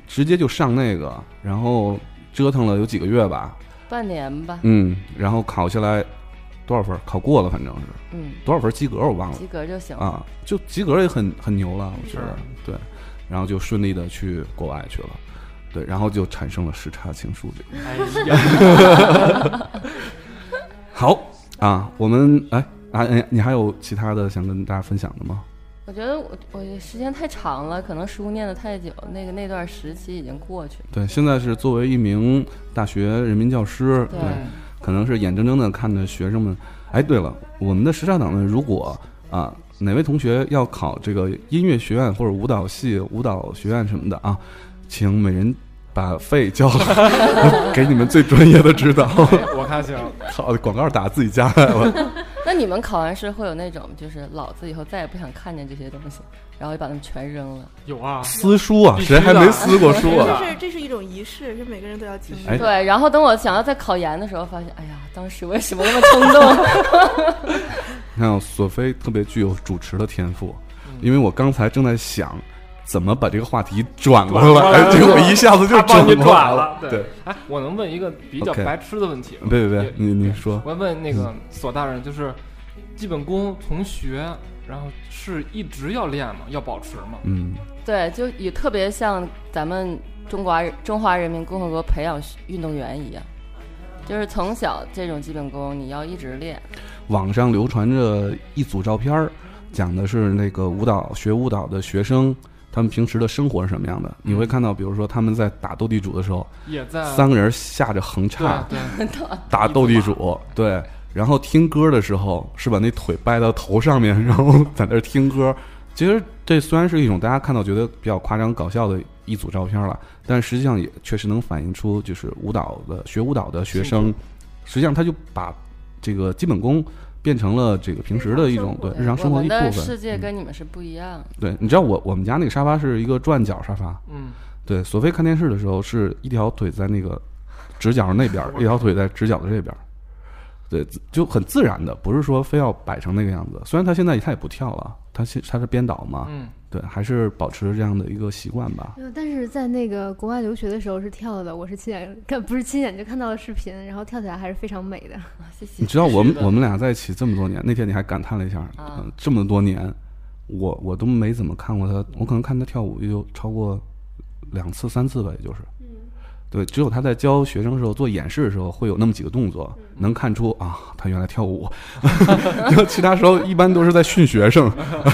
直接就上那个，然后折腾了有几个月吧， 半年吧。 嗯，然后考下来多少分？考过了，反正是， 嗯， 多少分及格我忘了， 及格就行啊，就及格也很很牛了，我觉得，对，然后就顺利的去国外去了，对，然后就产生了时差情书这个。 哎呀， 好啊，我们哎啊，你还有其他的想跟大家分享的吗？ 我觉得我我时间太长了，可能书念得太久，那个那段时期已经过去了。 对，现在是作为一名大学人民教师， 对， 对可能是眼睁睁的看着学生们。哎，对了，我们的时差党呢，如果啊哪位同学要考这个音乐学院或者舞蹈系、舞蹈学院什么的啊，请每人把费交了，给你们最专业的指导。 我看行。 好，广告打自己家来了。 那你们考完试会有那种，就是老子以后再也不想看见这些东西，然后就把它们全扔了？ 有啊， 撕书啊，谁还没撕过书啊？ 这是这是一种仪式，是每个人都要经历。 哎对，然后等我想要再考研的时候，发现，哎呀，当时为什么那么冲动？ 你看，索菲特别具有主持的天赋，因为我刚才正在想怎么把这个话题转过来，结果一下子就转过来了。 对， 哎，我能问一个比较白痴的问题吗？ 别别别，你你说。 我问那个索大人，就是基本功从学，然后是一直要练吗？要保持吗？ 嗯， 对，就也特别像咱们中国中华人民共和国培养运动员一样，就是从小这种基本功你要一直练。 网上流传着一组照片，讲的是那个舞蹈学舞蹈的学生。他们平时的生活是什么样的？你会看到，比如说他们在打斗地主的时候， 也在三个人下着横叉打斗地主，对。然后听歌的时候是把那腿掰到头上面，然后在那听歌。其实这虽然是一种大家看到觉得比较夸张搞笑的一组照片了，但实际上也确实能反映出，就是舞蹈的学舞蹈的学生，实际上他就把这个基本功变成了这个平时的一种对日常生活的一部分。 我们的世界跟你们是不一样的。 嗯、对，你知道我我们家那个沙发是一个转角沙发， 嗯， 对，索菲看电视的时候是一条腿在那个直角那边，一条腿在直角的这边，对，就很自然的，不是说非要摆成那个样子。虽然他现在他也不跳了，他他是编导嘛， 嗯， 对，还是保持这样的一个习惯吧。 但是在那个国外留学的时候是跳的，我是亲眼看，不是亲眼就看到了视频，然后跳起来还是非常美的。 谢谢。 你知道我们我们俩在一起这么多年，那天你还感叹了一下， 啊嗯、这么多年，我我都没怎么看过他，我可能看他跳舞也就超过两次三次吧，也就是。对，只有他在教学生的时候做演示的时候，会有那么几个动作，能看出啊，他原来跳舞。就其他时候一般都是在训学生。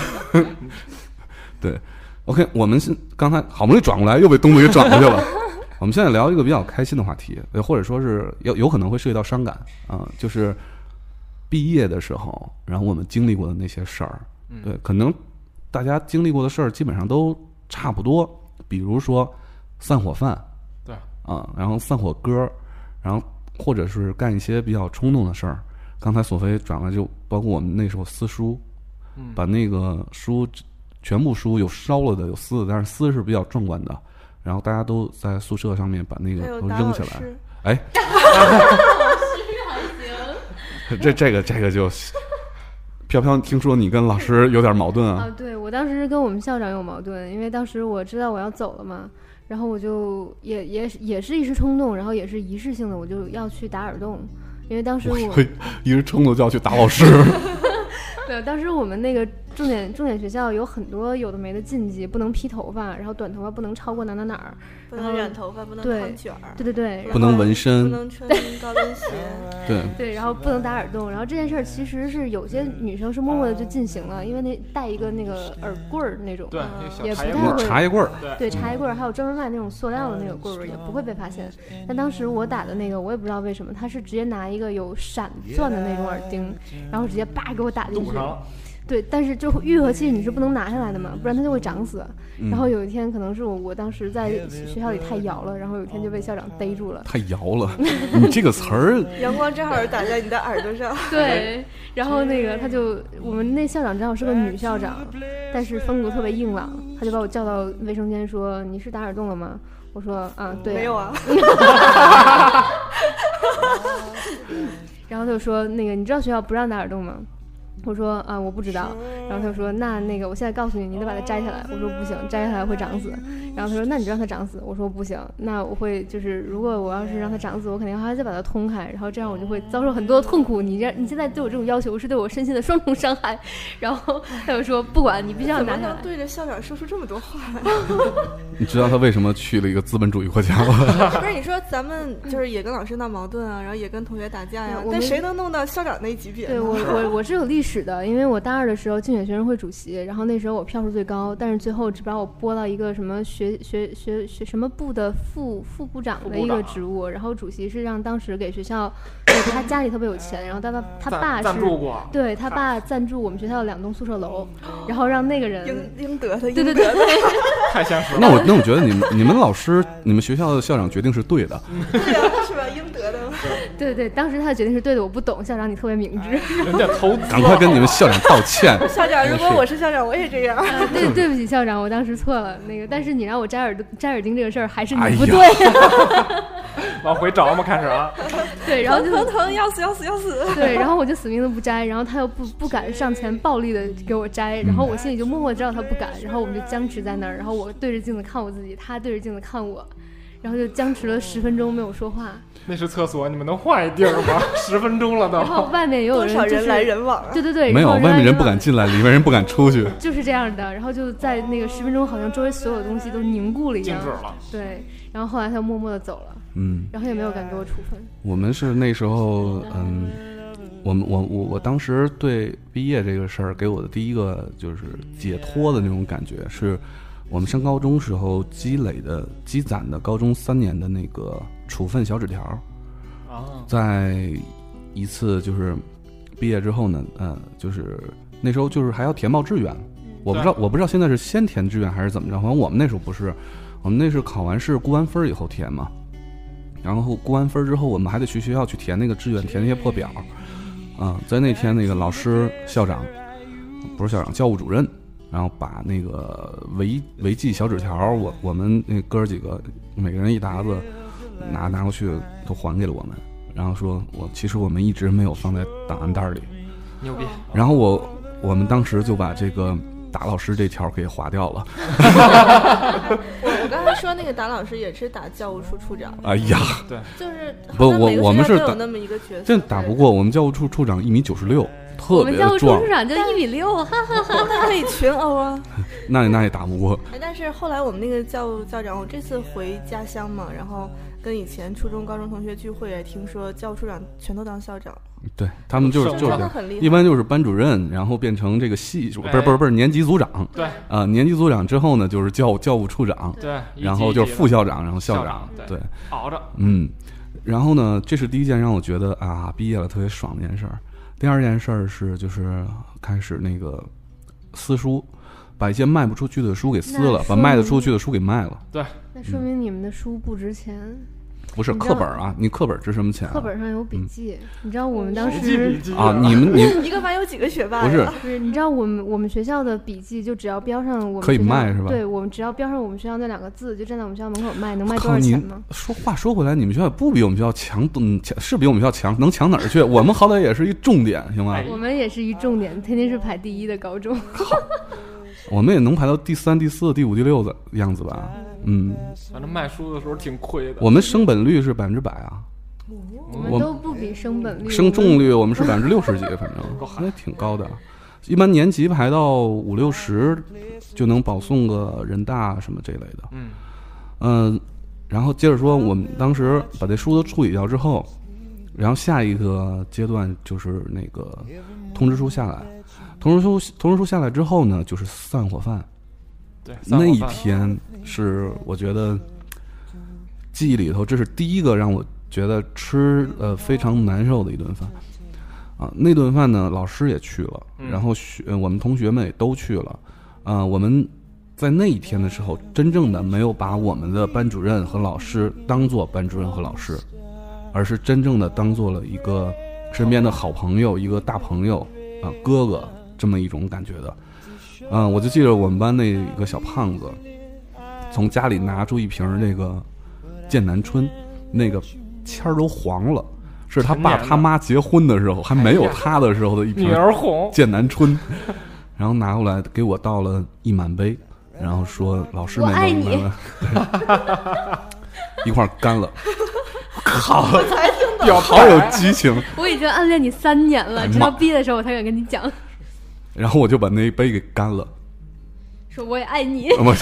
对 ，OK， 我们是刚才好不容易转过来，又被东子给转过去了。我们现在聊一个比较开心的话题，或者说是有有可能会涉及到伤感啊、呃，就是毕业的时候，然后我们经历过的那些事儿。对，可能大家经历过的事儿基本上都差不多，比如说散伙饭。啊，然后散伙歌，然后或者是干一些比较冲动的事儿。刚才索菲转了，就包括我们那时候撕书， 嗯、 把那个书全部书有烧了的，有撕的，但是撕是比较壮观的。然后大家都在宿舍上面把那个都扔起来。哎，这这个这个就飘飘，听说你跟老师有点矛盾啊？ 啊，对，我当时跟我们校长有矛盾，因为当时我知道我要走了嘛。然后我就也也也是一时冲动，然后也是仪式性的，我就要去打耳洞，因为当时我一时冲动就要去打老师。 对，当时我们那个重点重点学校有很多有的没的禁忌，不能披头发，然后短头发不能超过哪哪哪儿， 不能染头发，不能烫卷儿， 对对对， 不能纹身， 不能穿高跟鞋， 对对，然后不能打耳洞。然后这件事儿其实是有些女生是默默的就进行了，因为那戴一个那个耳棍儿那种， 对， 也不太会茶叶棍儿， 对茶叶棍儿，还有专门卖那种塑料的那个棍儿也不会被发现。但当时我打的那个，我也不知道为什么，他是直接拿一个有闪钻的那种耳钉，然后直接叭给我打进去。对，但是就愈合器你是不能拿下来的嘛，不然它就会长死。 嗯、 然后有一天可能是我我当时在学校里太摇了，然后有一天就被校长逮住了。 太摇了，你这个词儿， 阳光正好打在你的耳朵上。 对，然后那个他就我们那校长正好是个女校长，但是风格特别硬朗，他就把我叫到卫生间说：“你是打耳洞了吗？”我说：“啊，对啊。” 没有啊。 然后他就说：“那个你知道学校不让打耳洞吗？” 我说啊，我不知道。然后他说那那个我现在告诉你，你得把它摘下来。我说不行，摘下来会长死。然后他说那你就让它长死。我说不行，那我会就是如果我要是让它长死，我肯定还要再把它通开，然后这样我就会遭受很多的痛苦。你这你现在对我这种要求是对我身心的双重伤害。然后他就说不管你必须要拿下来。 怎么能对着校长说出这么多话来？ 你知道他为什么去了一个资本主义国家吗？ 不是你说咱们就是也跟老师闹矛盾啊，然后也跟同学打架呀、啊，但谁能弄到校长那一级别呢？ 对我我我是有历史的，因为我大二的时候竞选学生会主席，然后那时候我票数最高，但是最后只把我拨到一个什么学学学学什么部的副副部长的一个职务，然后主席是让当时给学校，他家里特别有钱，然后他爸他爸是赞助过， 对他爸赞助我们学校的两栋宿舍楼，然后让那个人应应得的， 对对对对， 太现实了。 那我那我觉得你们你们老师你们学校的校长决定是对的， 对啊，是吧？应得的。 对对，当时他的决定是对的，我不懂，校长你特别明智， 人家投资， 赶快跟你们校长道歉。 校长，如果我是校长，我也这样。 啊、对对不起校长，我当时错了。那个，但是你让我摘耳摘耳钉这个事儿，还是你不对。 哎、 往回找嘛，开始啊。 对，然后就疼疼要死要死要死。 对，然后我就死命的不摘，然后他又不不敢上前暴力的给我摘，然后我心里就默默知道他不敢，然后我们就僵持在那儿，然后我对着镜子看我自己，他对着镜子看我，然后就僵持了十分钟没有说话。 那是厕所，你们能换一地儿吗？十分钟了都。 然后外面也有人、就是， 多少人来人往啊？ 对对对， 没有，外面人不敢进来，里面人不敢出去， 就是这样的。然后就在那个十分钟，好像周围所有东西都凝固了一样， 静止了。 对，然后后来他默默的走了， 嗯， 然后也没有敢给我处分。 我们是那时候，嗯，我们我我我当时对毕业这个事儿给我的第一个就是解脱的那种感觉是。我们上高中时候积累的、积攒的高中三年的那个处分小纸条， 啊，在一次就是毕业之后呢，呃，就是那时候就是还要填报志愿，我不知道我不知道现在是先填志愿还是怎么着，反正我们那时候不是，我们那是考完试估完分以后填嘛，然后估完分之后，我们还得去学校去填那个志愿，填那些破表，啊、呃，在那天那个老师、校长，不是校长，教务主任。然后把那个违违纪小纸条，我我们那哥几个每个人一沓子拿拿过去，都还给了我们。然后说我其实我们一直没有放在档案袋里， 牛逼。 然后我我们当时就把这个打老师这条给划掉了。 我我刚才说那个打老师也是打教务处处长。 哎呀， 对， 就是不我我们是打那么一个角色， 这打不过我们教务处处长一米九十六。特别壮， 我们教务处处长就一米六，哈哈哈， 那可以群殴啊。 那那也打不过。 哎，但是后来我们那个教务校长，我这次回家乡嘛，然后跟以前初中、高中同学聚会，也听说教务处长全都当校长。 对他们就是就是一般就是班主任，然后变成这个系不是不是不是年级组长。 对， 啊，年级组长之后呢，就是教教务处长。 对， 然后就是副校长，然后校长。 对， 熬着。 嗯，然后呢，这是第一件让我觉得啊，毕业了特别爽的一件事儿。第二件事儿是，就是开始那个撕书，把一些卖不出去的书给撕了，把卖得出去的书给卖了。 对， 那说明你们的书不值钱。 不是课本啊，你课本值什么钱、啊？ 课本上有笔记，嗯、你知道我们当时啊，你们你一个班有几个学霸？ 不是不是，你知道我们我们学校的笔记就只要标上我们可以卖是吧？ 对，我们只要标上我们学校那两个字，就站在我们学校门口卖，能卖多少钱吗？ 说话说回来，你们学校不比我们学校强，嗯，是比我们学校强，能强哪儿去？我们好歹也是一重点，行吗？ 我们也是一重点，天天是排第一的高中。 我们也能排到第三、第四、第五、第六的样子吧。嗯， 反正卖书的时候挺亏的。 我们升本率是百分之百啊， 我们都不比升本率， 升中率我们是百分之六十几，反正那挺高的。一般年级排到五六十就能保送个人大什么这类的。 嗯嗯、呃，然后接着说，我们当时把这书都处理掉之后，然后下一个阶段就是那个通知书下来，通知书通知书下来之后呢，就是散伙饭。 对， 那一天是我觉得记忆里头，这是第一个让我觉得吃呃非常难受的一顿饭啊。那顿饭呢，老师也去了，然后学、呃、我们同学们也都去了啊、呃。我们在那一天的时候，真正的没有把我们的班主任和老师当做班主任和老师，而是真正的当做了一个身边的好朋友，一个大朋友啊、呃、哥哥这么一种感觉的。嗯，我就记得我们班那个小胖子，从家里拿出一瓶那个剑南春，那个签儿都黄了， 是他爸他妈结婚的时候还没有他的时候的一瓶女儿红剑南春，然后拿过来给我倒了一满杯，然后说老师没我爱你一块干了。好， 表好有激情。 我已经暗恋你三年了， 哎直到毕业的时候我才敢跟你讲， 然后我就把那一杯给干了。 说我也爱你， 我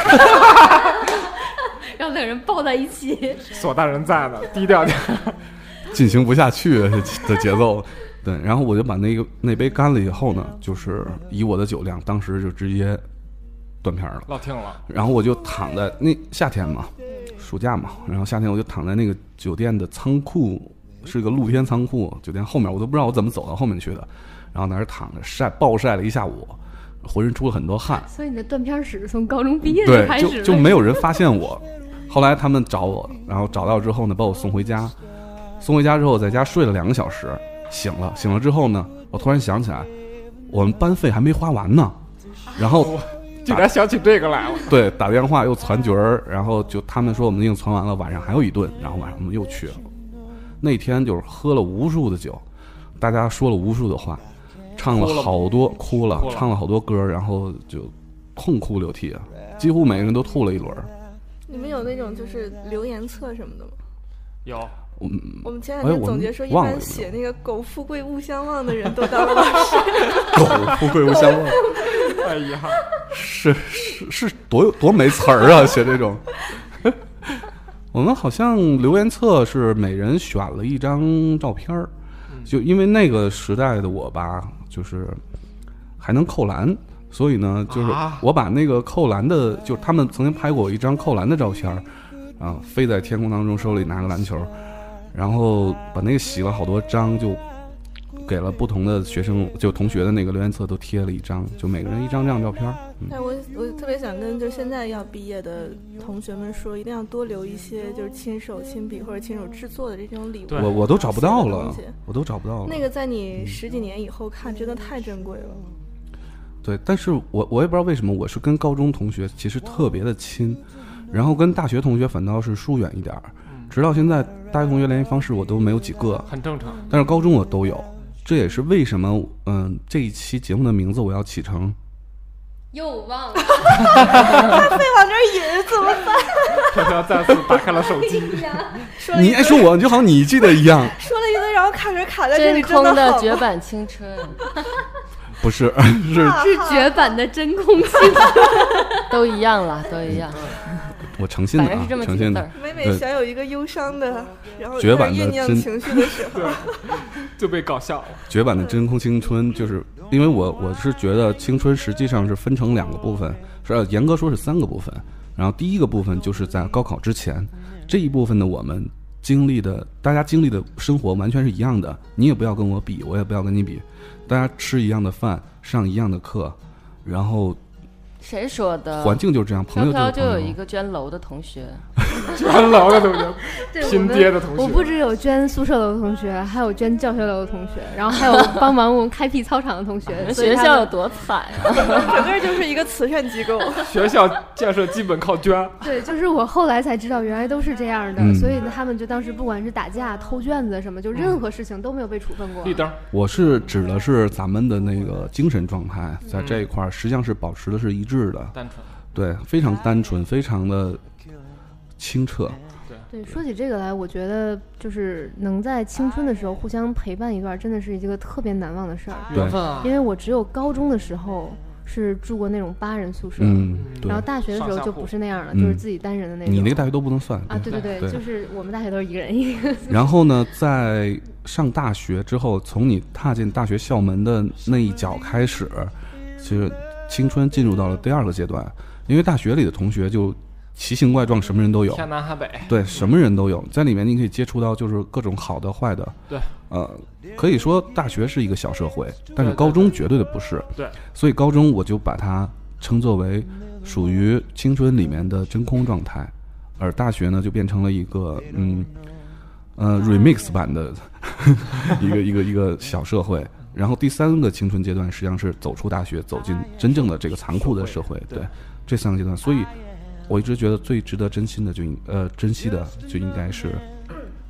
然后两个人抱在一起。 索大人在呢，低调点。 进行不下去的节奏。对，然后我就把那个那杯干了以后呢，就是以我的酒量，当时就直接断片了， 落听了。 然后我就躺在那夏天嘛，暑假嘛，然后夏天我就躺在那个酒店的仓库，是个露天仓库，酒店后面我都不知道我怎么走到后面去的，然后在那躺着晒暴晒了一下午，浑身出了很多汗。 所以你的断片史从高中毕业对开始了， 就就没有人发现我。后来他们找我，然后找到之后呢，把我送回家。送回家之后，在家睡了两个小时，醒了。醒了之后呢，我突然想起来，我们班费还没花完呢。然后竟然想起这个来了。 对，打电话又传局儿，然后就他们说我们已经传完了，晚上还有一顿，然后晚上我们又去了。那天就是喝了无数的酒，大家说了无数的话，唱了好多哭了， 哭了唱了好多歌，然后就痛哭流涕啊，几乎每个人都吐了一轮。 你们有那种就是留言册什么的吗？ 有。 嗯， 我们前两天总结说，一般写那个“苟富贵勿相忘”的人都当了老师。 苟富贵勿相忘， 哎呀， 是是是多有多没词儿啊！写这种，我们好像留言册是每人选了一张照片儿，就因为那个时代的我吧，就是还能扣篮，所以呢，就是我把那个扣篮的，就是他们曾经拍过一张扣篮的照片儿，啊，飞在天空当中，手里拿个篮球。然后把那个洗了好多张，就给了不同的学生，就同学的那个留言册都贴了一张，就每个人一张这样照片。嗯、 但我我特别想跟就是现在要毕业的同学们说，一定要多留一些就是亲手亲笔或者亲手制作的这种礼物。 我我都找不到了，我都找不到了。 那个在你十几年以后看，真的太珍贵了。 对，但是我我也不知道为什么，我是跟高中同学其实特别的亲，然后跟大学同学反倒是疏远一点儿。直到现在，大学同学联系方式我都没有几个， 很正常。 但是高中我都有，这也是为什么，嗯，这一期节目的名字我要起成。 又忘了， 他非往这儿引，怎么办？ 飘飘再次打开了手机。 你爱说我，就好像你记得一样。 说了一堆，然后卡着卡在这里， 真空的绝版青春。 不是，是是绝版的真空青春， 都一样了，都一样。 我诚信的啊，诚信的。 每每想有一个忧伤的，然后绝版的酝酿情绪的时候， 就被搞笑了。 绝版的真空青春，就是因为我我是觉得青春实际上是分成两个部分，是严格说是三个部分。然后第一个部分就是在高考之前，这一部分的我们经历的，大家经历的生活完全是一样的，你也不要跟我比，我也不要跟你比，大家吃一样的饭，上一样的课，然后。 谁说的？ 环境就是这样，朋友就是就有一个捐楼的同学， 捐楼的同学，拼爹的同学。 我不只有捐宿舍楼的同学，还有捐教学楼的同学，然后还有帮忙我们开辟操场的同学。 学校有多惨啊！ 整个就是一个慈善机构。 学校建设基本靠捐。 对，就是我后来才知道，原来都是这样的。嗯、所以呢，他们就当时不管是打架、偷卷子什么，就任何事情都没有被处分过。 绿灯。 我是指的是咱们的那个精神状态，在这一块实际上是保持的是一致。的单纯， 对，非常单纯，非常的清澈。 对，说起这个来，我觉得就是能在青春的时候互相陪伴一段，真的是一个特别难忘的事儿。 缘分啊！ 因为我只有高中的时候是住过那种八人宿舍， 嗯， 然后大学的时候就不是那样了，就是自己单人的那种。 你那个大学都不能算啊？对对对, 对，就是我们大学都是一个人一个。 然后呢，在上大学之后，从你踏进大学校门的那一脚开始，其实。青春进入到了第二个阶段，因为大学里的同学就奇形怪状，什么人都有， 天南海北， 对，什么人都有，在里面你可以接触到就是各种好的坏的， 对， 呃，可以说大学是一个小社会，但是高中绝对的不是， 对， 所以高中我就把它称作为属于青春里面的真空状态，而大学呢就变成了一个嗯呃 remix 版的一个一个一个小社会。然后第三个青春阶段实际上是走出大学，走进真正的这个残酷的社会。对，这三个阶段，所以我一直觉得最值得珍惜的就应呃珍惜的就应该是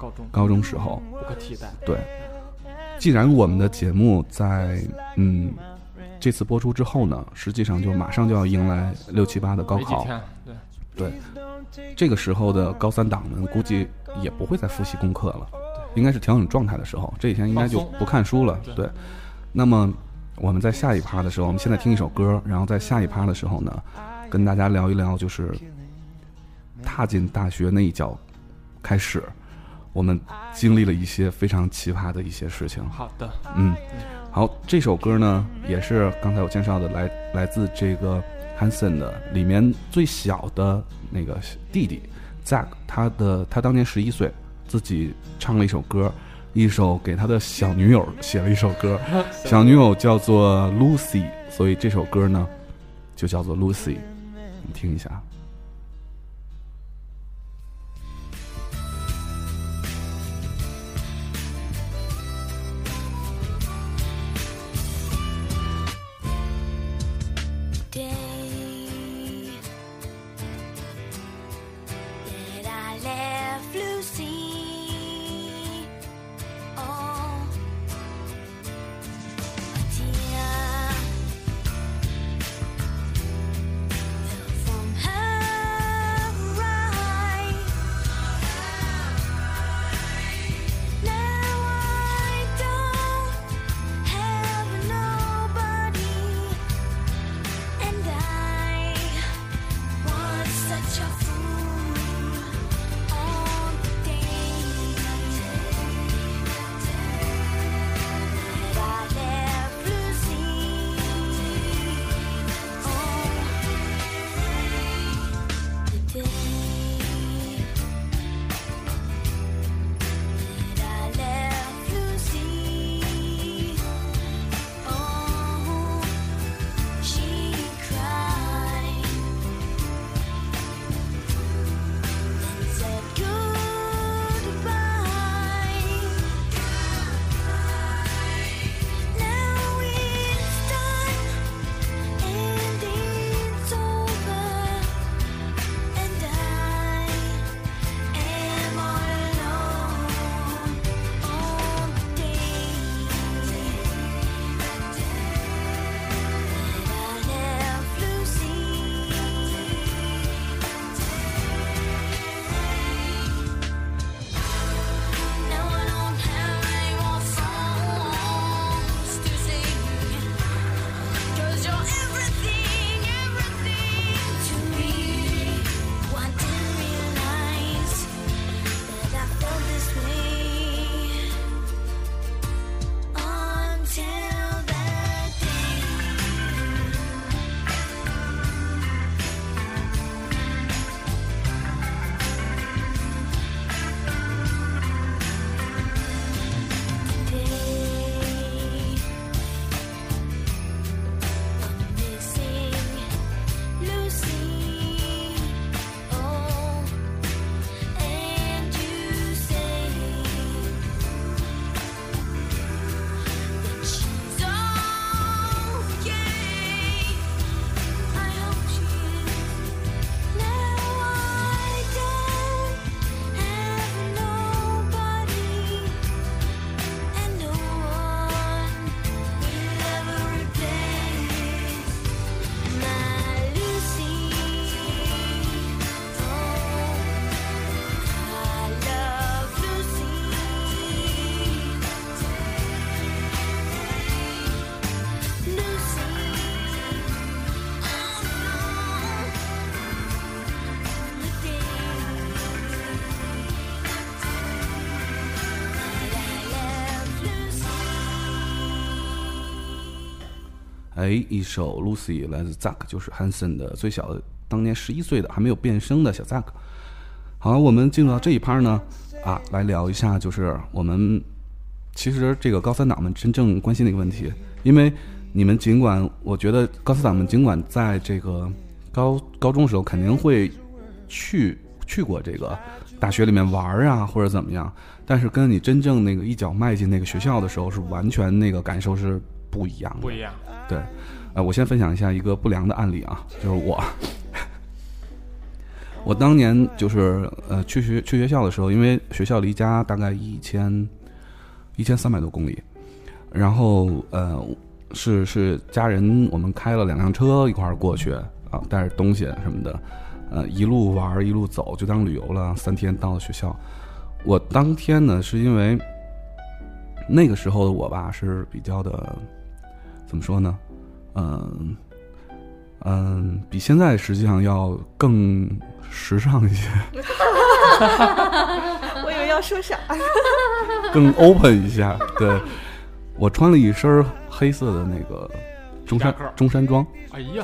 高中高中时候不可替代。 对，既然我们的节目在嗯这次播出之后呢，实际上就马上就要迎来六七八的高考， 对对，这个时候的高三党们估计也不会再复习功课了，应该是调整状态的时候，这几天应该就不看书了。对，那么我们在下一趴的时候，我们现在听一首歌，然后在下一趴的时候呢，跟大家聊一聊，就是踏进大学那一脚开始，我们经历了一些非常奇葩的一些事情。 好的， 嗯，好，这首歌呢也是刚才我介绍的，来来自这个 Hanson 的里面最小的那个弟弟 Zack， 他的他当年十一岁，自己唱了一首歌，一首给他的小女友写了一首歌，小女友叫做 Lucy， 所以这首歌呢就叫做 Lucy， 你听一下。哎，一首 Lucy 来自 Zack， 就是 Hanson 的最小的，当年十一岁的还没有变声的小 Zack。好，我们进入到这一趴呢，啊，来聊一下，就是我们其实这个高三党们真正关心的一个问题，因为你们尽管我觉得高三党们尽管在这个高高中的时候肯定会去去过这个大学里面玩啊或者怎么样，但是跟你真正那个一脚迈进那个学校的时候是完全那个感受是不一样的， 不一样。 对，呃，我先分享一下一个不良的案例啊，就是我， 我当年就是呃去学去学校的时候，因为学校离家大概一千一千三百多公里，然后呃是是家人我们开了两辆车一块儿过去啊，带着东西什么的，呃一路玩一路走，就当旅游了，三天到了学校。我当天呢是因为那个时候的我吧是比较的怎么说呢，嗯嗯，比现在实际上要更时尚一些。 我以为要说啥， 更 open 一下。对，我穿了一身黑色的那个中山中山装。 哎呀，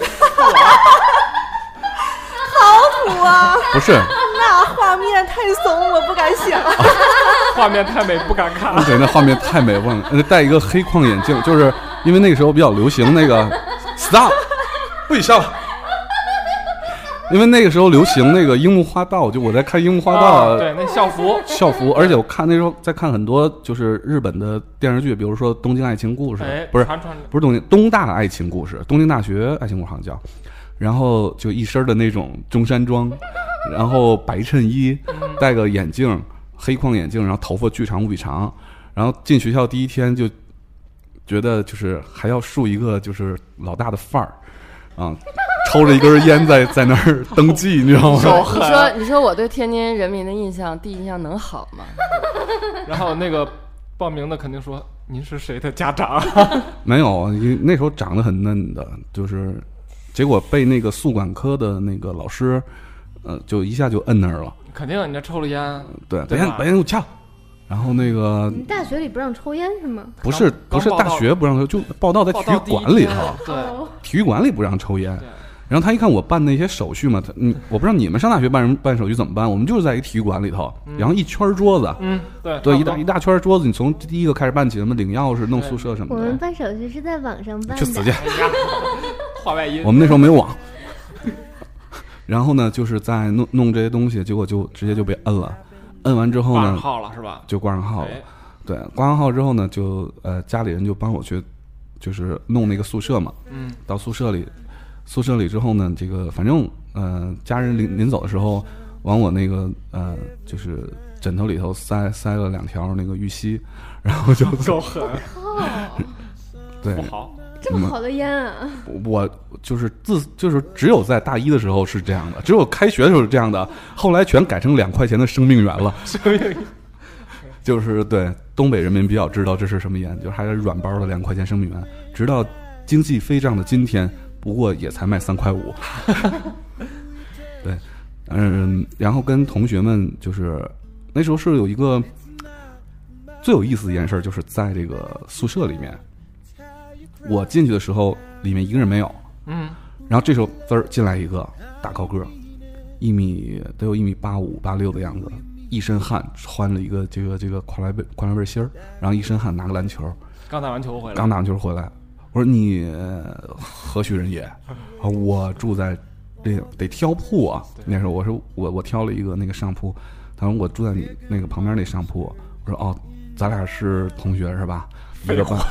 好土啊！ 不是， 那画面太怂，我不敢想。 画面太美，不敢看。 对，那画面太美，忘了戴一个黑框眼镜，就是因为那个时候比较流行那个 stop， 不许笑。因为那个时候流行那个樱木花道，就我在看樱木花道、 哦、对，那校服校服，而且我看那时候在看很多就是日本的电视剧，比如说《东京爱情故事》， 哎， 不是传传不是东京东大爱情故事，东京大学爱情故事好像叫，然后就一身的那种中山装，然后白衬衣，戴个眼镜，黑框眼镜，然后头发巨长无比长，然后进学校第一天就觉得就是还要树一个就是老大的范儿啊。抽着一根烟在在那儿登记，你知道吗？ 你说你说我对天津人民的印象第一印象能好吗？ 然后那个报名的肯定说您是谁的家长？ 没有，那时候长得很嫩的，就是结果被那个宿管科的那个老师，呃，就一下就摁那儿了。 肯定人家抽了烟， 对，白烟白烟给我掐。然后那个你大学里不让抽烟是吗？ 不是不是大学不让抽，就报道在体育馆里头， 对， 体育馆里不让抽烟。然后他一看我办那些手续嘛，他嗯，我不知道你们上大学办办手续怎么办，我们就是在一个体育馆里头， 嗯、 然后一圈桌子， 嗯，对对，一大一大圈桌子，你从第一个开始办起，什么领钥匙、弄宿舍什么的。 我们办手续是在网上办的。 去死去！ 话外音。 我们那时候没有网。然后呢，就是在弄弄这些东西，结果就直接就被摁了。摁完之后呢， 挂上号了是吧？ 就挂上号了。 哎、 对，挂上号之后呢，就呃家里人就帮我去，就是弄那个宿舍嘛。 嗯。 到宿舍里。宿舍里之后呢，这个反正呃，家人临临走的时候，往我那个呃，就是枕头里头塞塞了两条那个玉溪，然后就够狠， 对， 不好， 这么好的烟啊！ 我就是自就是只有在大一的时候是这样的，只有开学的时候是这样的，后来全改成两块钱的生命源了。 生命源就是对东北人民比较知道这是什么烟，就是还是软包的两块钱生命源，直到经济飞涨的今天。不过也才卖三块五，对，嗯，然后跟同学们就是那时候是有一个最有意思的一件事，就是在这个宿舍里面，我进去的时候里面一个人没有， 嗯， 然后这时候滋儿进来一个大高个，一米得有一米八五八六的样子，一身汗，穿了一个这个这个跨栏背跨栏背心儿，然后一身汗拿个篮球， 刚打完球回来， 刚打完球回来。我说你何许人也？啊，我住在这得挑铺啊。那时候我说我我挑了一个那个上铺，他说我住在你那个旁边那上铺。我说哦，咱俩是同学是吧？一个班。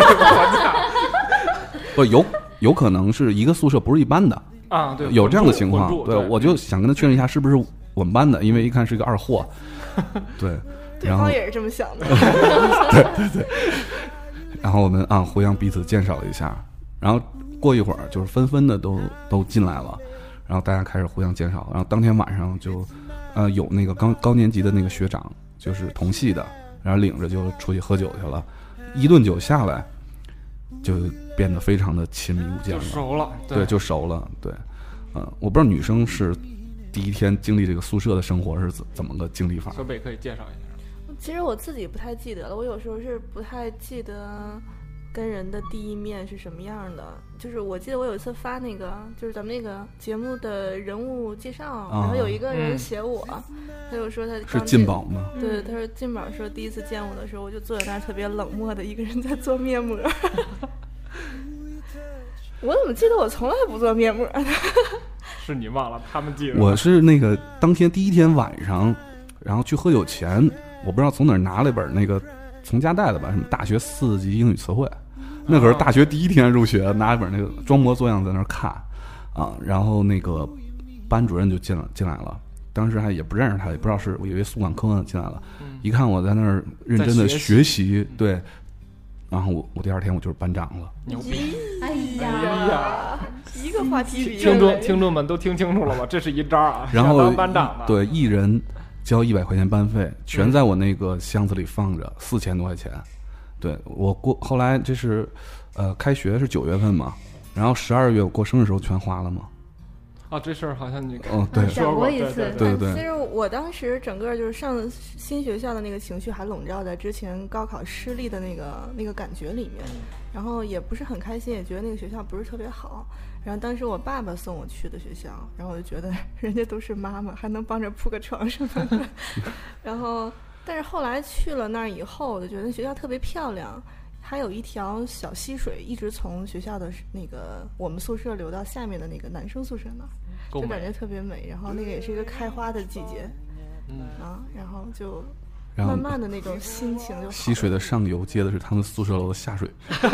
不有有可能是一个宿舍，不是一班的啊。对， 有这样的情况。 对， 我就想跟他确认一下是不是我们班的，因为一看是一个二货。对， 对方也是这么想的。 对对对。然后我们啊互相彼此介绍了一下，然后过一会儿就是纷纷的都都进来了，然后大家开始互相介绍，然后当天晚上就，呃有那个高高年级的那个学长，就是同系的，然后领着就出去喝酒去了，一顿酒下来，就变得非常的亲密无间了， 就熟了， 对，对就熟了，对，嗯、呃，我不知道女生是第一天经历这个宿舍的生活是怎怎么个经历法？ 小北可以介绍一下。 其实我自己不太记得了，我有时候是不太记得跟人的第一面是什么样的。就是我记得我有一次发那个，就是咱们那个节目的人物介绍，啊、然后有一个人写我，嗯、他就说他是进宝吗？ 对，他说进宝说第一次见我的时候，我就坐在那儿特别冷漠的一个人在做面膜。我怎么记得我从来不做面膜呢？ 是你忘了，他们记得。 我是那个当天第一天晚上，然后去喝酒前。我不知道从哪儿拿了一本那个从家带的吧，什么大学四级英语词汇，那可是大学第一天入学，拿一本那个装模作样在那儿看啊，然后那个班主任就进了进来了，当时还也不认识他，也不知道是我以为宿管科进来了， 嗯、 一看我在那儿认真的学习， 嗯、 对，然后我我第二天我就是班长了， 牛逼！ 哎呀， 哎呀一个话题比听众听众们都听清楚了吗？这是一招啊， 然后当班长的， 对，一人交一百块钱班费，全在我那个箱子里放着，四千多块钱。对我过后来这是，呃，开学是九月份嘛，然后十二月我过生日的时候全花了嘛。 哦，这事儿好像你哦对说过一次， 对对对。 其实我当时整个就是上新学校的那个情绪还笼罩在之前高考失利的那个那个感觉里面，然后也不是很开心，也觉得那个学校不是特别好。然后当时我爸爸送我去的学校，然后我就觉得人家都是妈妈，还能帮着铺个床什么的。然后，但是后来去了那儿以后，我就觉得学校特别漂亮，还有一条小溪水一直从学校的那个我们宿舍流到下面的那个男生宿舍那儿，就感觉特别美。然后那个也是一个开花的季节， 嗯啊，然后就然后慢慢的那种心情就好了。 溪水的上游接的是他们宿舍楼的下水。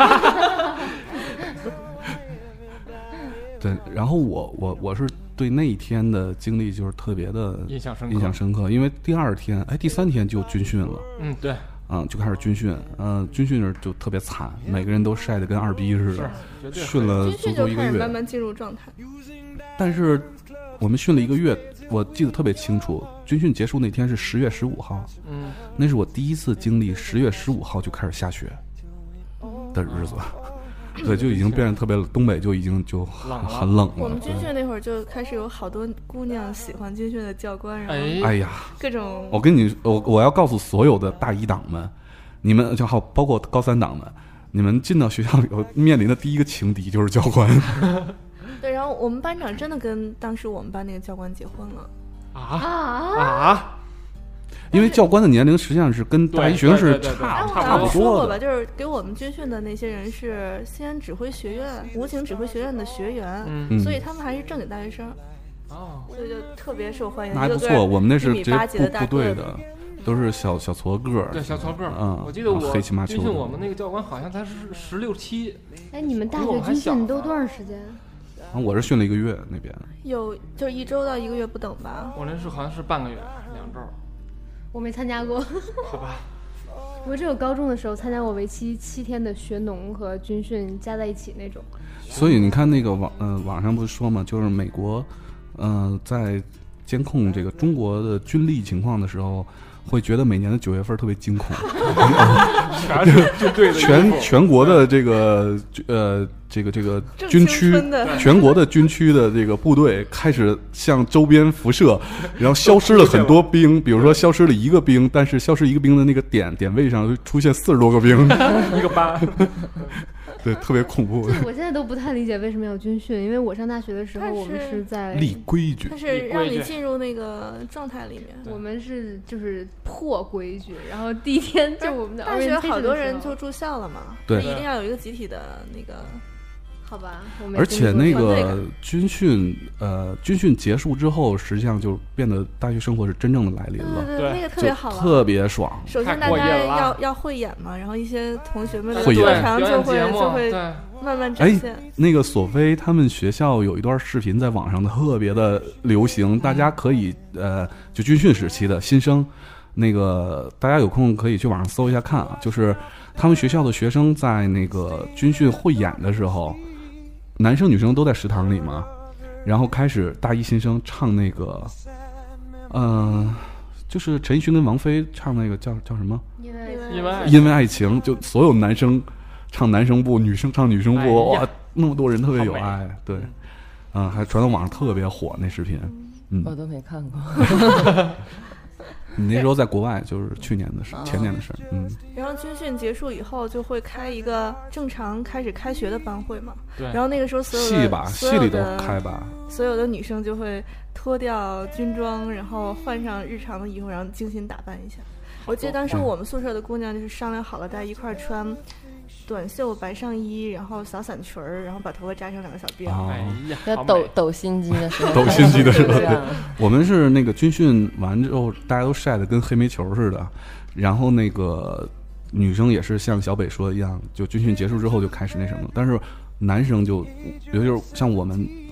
对，然后我我我是对那一天的经历就是特别的印象深刻， 印象深刻，因为第二天哎第三天就军训了， 嗯对， 嗯就开始军训，嗯军训时就特别惨，每个人都晒得跟二逼似的，训了足足一个月， 慢慢进入状态。 但是我们训了一个月，我记得特别清楚，军训结束那天是十月十五号， 嗯， 那是我第一次经历十月十五号就开始下雪的日子。对，就已经变得特别冷，东北就已经就很很冷了。 我们军训那会儿就开始有好多姑娘喜欢军训的教官，然后哎呀， 各种。 我跟你，我我要告诉所有的大一党们，你们就好，包括高三党们，你们进到学校里头面临的第一个情敌就是教官。 对，然后我们班长真的跟当时我们班那个教官结婚了。 啊啊啊！ 因为教官的年龄实际上是跟大一学生是差差不多的。就是给我们军训的那些人是西安指挥学院、武警指挥学院的学员， 嗯、 所以他们还是正经大学生， 哦， 所以就特别受欢迎。 那还不错，我们那是直接部部队的， 都是小小矬个儿， 对小矬个儿。 嗯， 我记得我黑漆麻军训我们那个教官好像才是十六七。 哎，你们大学军训都多长时间？ 啊，我是训了一个月那边。 有就一周到一个月不等吧？ 我那是好像是半个月，两周。 我没参加过， 好吧。 我只有高中的时候参加过为期七天的学农和军训加在一起那种。 所以你看那个网呃网上不是说嘛，就是美国，呃在监控这个中国的军力情况的时候，会觉得每年的九月份特别惊恐， 全是军队的全全国的这个呃这个这个军区，全国的军区的这个部队开始向周边辐射，然后消失了很多兵，比如说消失了一个兵，但是消失一个兵的那个点点位上出现四十多个兵， 一个班。 对，特别恐怖。 我现在都不太理解为什么要军训，因为我上大学的时候，我们是在立规矩， 它是让你进入那个状态里面。 我们是就是破规矩，然后第一天就我们的大学好多人就住校了嘛， 对， 一定要有一个集体的那个。 好吧， 而且那个军训，呃，军训结束之后，实际上就变得大学生活是真正的来临了。 对对对，那个特别好玩， 特别爽。 首先大家要要汇演嘛，然后一些同学们的特长就会就会慢慢展现。 哎，那个索菲他们学校有一段视频在网上特别的流行，大家可以呃，就军训时期的新生，那个大家有空可以去网上搜一下看啊，就是他们学校的学生在那个军训汇演的时候。男生女生都在食堂里嘛，然后开始大一新生唱那个，呃，就是陈奕迅跟王菲唱那个叫叫什么？ 因为因为因为爱情，就所有男生唱男生部，女生唱女生部，哎、哇，那么多人特别有爱，对，嗯，还传到网上特别火那视频，嗯， 我都没看过。 你那时候在国外，就是去年的事，前年的事，嗯。 然后军训结束以后，就会开一个正常开始开学的班会嘛。 对。 然后那个时候所有的系吧，系里都开吧。 所有的女生就会脱掉军装，然后换上日常的衣服，然后精心打扮一下。我记得当时我们宿舍的姑娘就是商量好了，大家一块儿穿短袖白上衣，然后小伞裙儿，然后把头发扎成两个小辫。 哎呀， 要抖抖心机的时候， 抖心机的时候，我们是那个军训完之后，大家都晒得跟黑煤球似的，然后那个女生也是像小北说的一样，就军训结束之后就开始那什么，但是男生就，尤其是像我们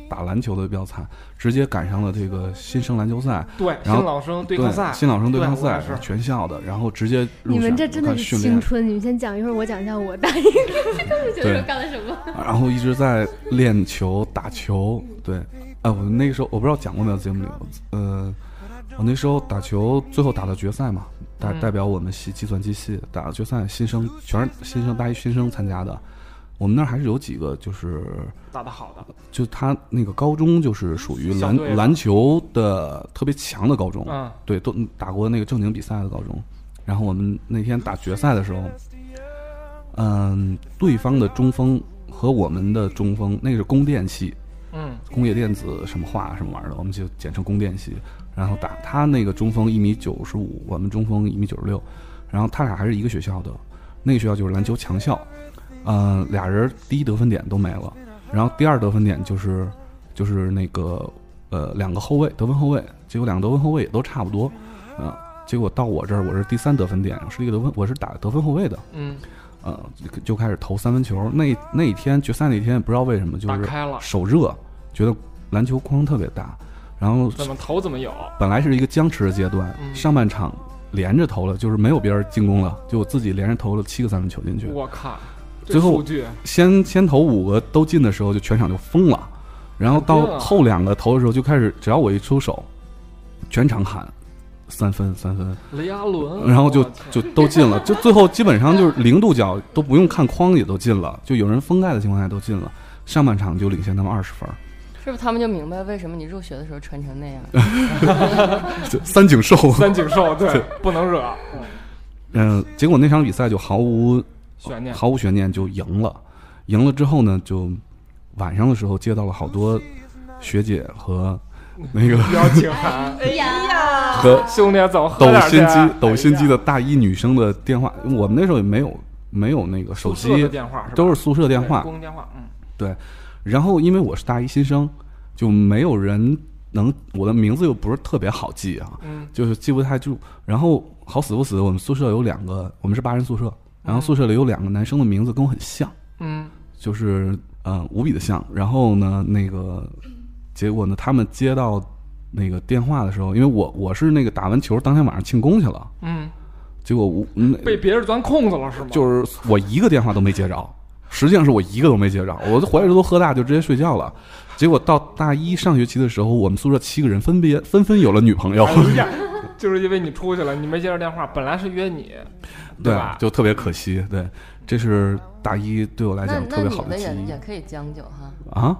打篮球的比较惨，直接赶上了这个新生篮球赛， 对， 然后新老生对抗赛， 新老生对抗赛是全校的，然后直接入你们这真的是青春，你们先讲一会儿，我讲一下我大一刚就觉得干了什么， 然后一直在练球打球，对，哎，我那个时候我不知道讲过没有节目里，呃，我那时候打球最后打到决赛嘛，代代表我们系计算机系打到决赛，新生全是新生大一新生参加的。我们那儿还是有几个就是打得好的， 就他那个高中就是属于篮篮球的特别强的高中， 嗯， 对，都打过那个正经比赛的高中。然后我们那天打决赛的时候，嗯，对方的中锋和我们的中锋那个是供电系， 嗯， 工业电子什么化什么玩意儿的，我们就简称供电系。然后打他那个中锋一米九十五，我们中锋一米九十六，然后他俩还是一个学校的，那个学校就是篮球强校。呃，俩人第一得分点都没了，然后第二得分点就是就是那个呃两个后卫得分后卫，结果两个得分后卫也都差不多，呃，结果到我这儿我是第三得分点，是一个得分，我是打得分后卫的， 嗯， 呃，就开始投三分球。那那一天决赛那天不知道为什么就是手热，觉得篮球框特别大，然后怎么投怎么有， 本来是一个僵持的阶段， 嗯、 上半场连着投了，就是没有别人进攻了，就我自己连着投了七个三分球进去， 我靠！ 最后先先投五个都进的时候，就全场就疯了，然后到后两个投的时候就开始，只要我一出手，全场喊三分三分， 雷阿伦， 然后就就都进了，就最后基本上就是零度角都不用看框也都进了，就有人封盖的情况下都进了，上半场就领先他们二十分。 是不是他们就明白为什么你入学的时候穿成那样？ 三井寿， 三井寿，对，不能惹。 嗯、呃，结果那场比赛就毫无。 悬念， 毫无悬念就赢了。赢了之后呢，就晚上的时候接到了好多学姐和那个邀请函， 哎呀， 和兄弟走喝抖点心机、抖心机的大一女生的电话。我们那时候也没有没有那个手机电话， 都是宿舍电话， 公用电话。嗯， 对。然后因为我是大一新生，就没有人能，我的名字又不是特别好记啊， 嗯， 就是记不太住。然后好死不死，我们宿舍有两个，我们是八人宿舍。然后宿舍里有两个男生的名字跟我很像， 嗯， 就是呃无比的像。然后呢，那个结果呢，他们接到那个电话的时候，因为我我是那个打完球当天晚上庆功去了， 嗯， 结果我、嗯、 被别人钻空子了是吗？ 就是我一个电话都没接着，实际上是我一个都没接着，我回来时候都喝大就直接睡觉了。结果到大一上学期的时候，我们宿舍七个人分别纷纷有了女朋友。 哎呀，就是因为你出去了，你没接着电话，本来是约你。 对吧？ 就特别可惜。对，这是大一对我来讲特别好的记忆。 那你的也也可以将就哈。 啊？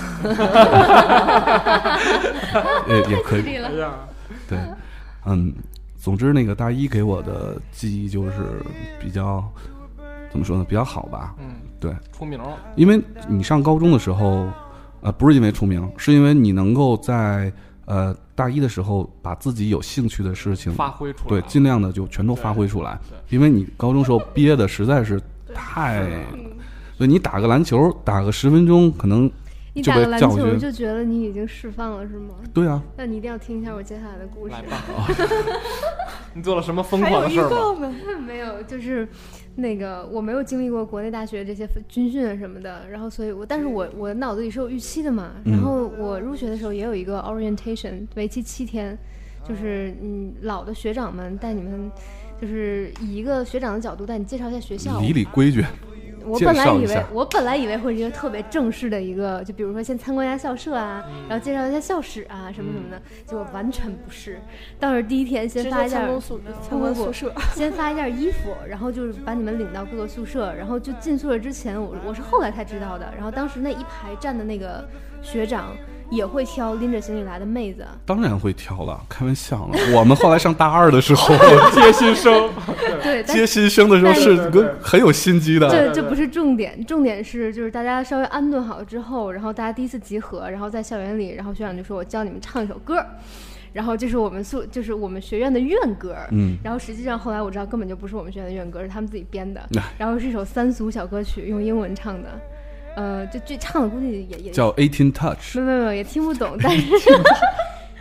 也也可以。对，嗯，总之那个大一给我的记忆就是比较怎么说呢？比较好吧。 嗯， 对， 出名了。 因为你上高中的时候，呃，不是因为出名，是因为你能够在呃。大一的时候，把自己有兴趣的事情发挥出来， 对，尽量的就全都发挥出来。因为你高中时候憋的实在是太，所以你打个篮球，打个十分钟，可能就被叫回去。 你打个篮球就觉得你已经释放了，是吗？ 对啊。 那你一定要听一下我接下来的故事。 来吧。你做了什么疯狂的事吗？ 没有，就是那个我没有经历过国内大学这些军训啊什么的，然后所以我，但是我我脑子里是有预期的嘛。然后我入学的时候也有一个 orientation， 为期七天，就是嗯老的学长们带你们，就是以一个学长的角度带你介绍一下学校， 理理规矩。 我本来以为我本来以为会是一个特别正式的一个，就比如说先参观一下校舍啊， 嗯、 然后介绍一下校史啊什么什么的，结果完全不是。到时第一天先发一件参观宿舍， 先发一件衣服，然后就是把你们领到各个宿舍，然后就进宿舍之前，我我是后来才知道的。然后当时那一排站的那个学长也会挑拎着行李来的妹子， 当然会挑了，开玩笑了。我们后来上大二的时候接新生， 对， 接新生的时候是个很有心机的。 这这不是重点，重点是就是大家稍微安顿好之后，然后大家第一次集合，然后在校园里，然后学长就说我教你们唱一首歌。然后这是我们宿，就是我们学院的院歌， 嗯， 然后实际上后来我知道根本就不是我们学院的院歌，是他们自己编的，然后是一首三俗小歌曲，用英文唱的。呃，就这唱的估计也也叫eighteen touch， 没有没有也听不懂，但是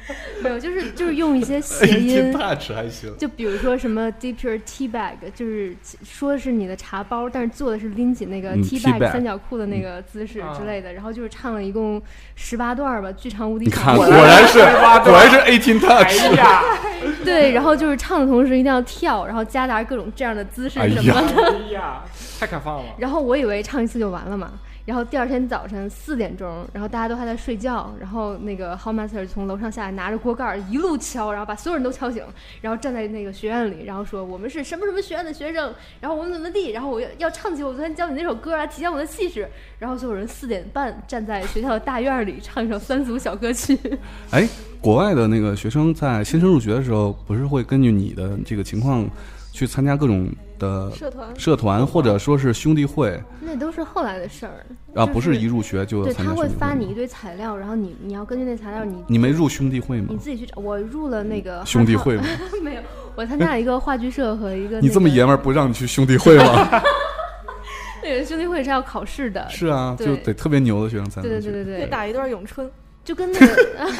没有，就是就是用一些谐音 touch 还行， 就比如说什么 dip your tea bag， 就是说是你的茶包，但是做的是拎起那个 tea bag 三角裤的那个姿势之类的，然后就是唱了一共十八段吧，巨长无敌长。 果然是果然是 eighteen touch。 哎呀， 对，然后就是唱的同时一定要跳，然后夹杂各种这样的姿势什么的。 哎呀，太开放了。 然后我以为唱一次就完了嘛。然后第二天早晨四点钟，然后大家都还在睡觉，然后那个 hall master 从楼上下来，拿着锅盖一路敲，然后把所有人都敲醒，然后站在那个学院里，然后说我们是什么什么学院的学生，然后我们怎么地，然后我要要唱起我昨天教你那首歌来体现我的气势，然后所有人四点半站在学校的大院里唱一首三俗小歌曲。 哎，国外的那个学生在新生入学的时候，不是会根据你的这个情况去参加各种的社团社团或者说是兄弟会？ 那都是后来的事儿啊， 就是、 不是一入学就对， 参加他会兄弟会发你一堆材料，然后你你要根据那材料你你没入兄弟会吗？ 你自己去找。我入了那个兄弟会吗？ 没有，我参加了一个话剧社和一个、那个、 你这么爷们儿不让你去兄弟会吗？ 那个兄弟会是要考试的。 是啊，就得特别牛的学生才能去。 对对对对对， 得打一段咏春， 就跟那个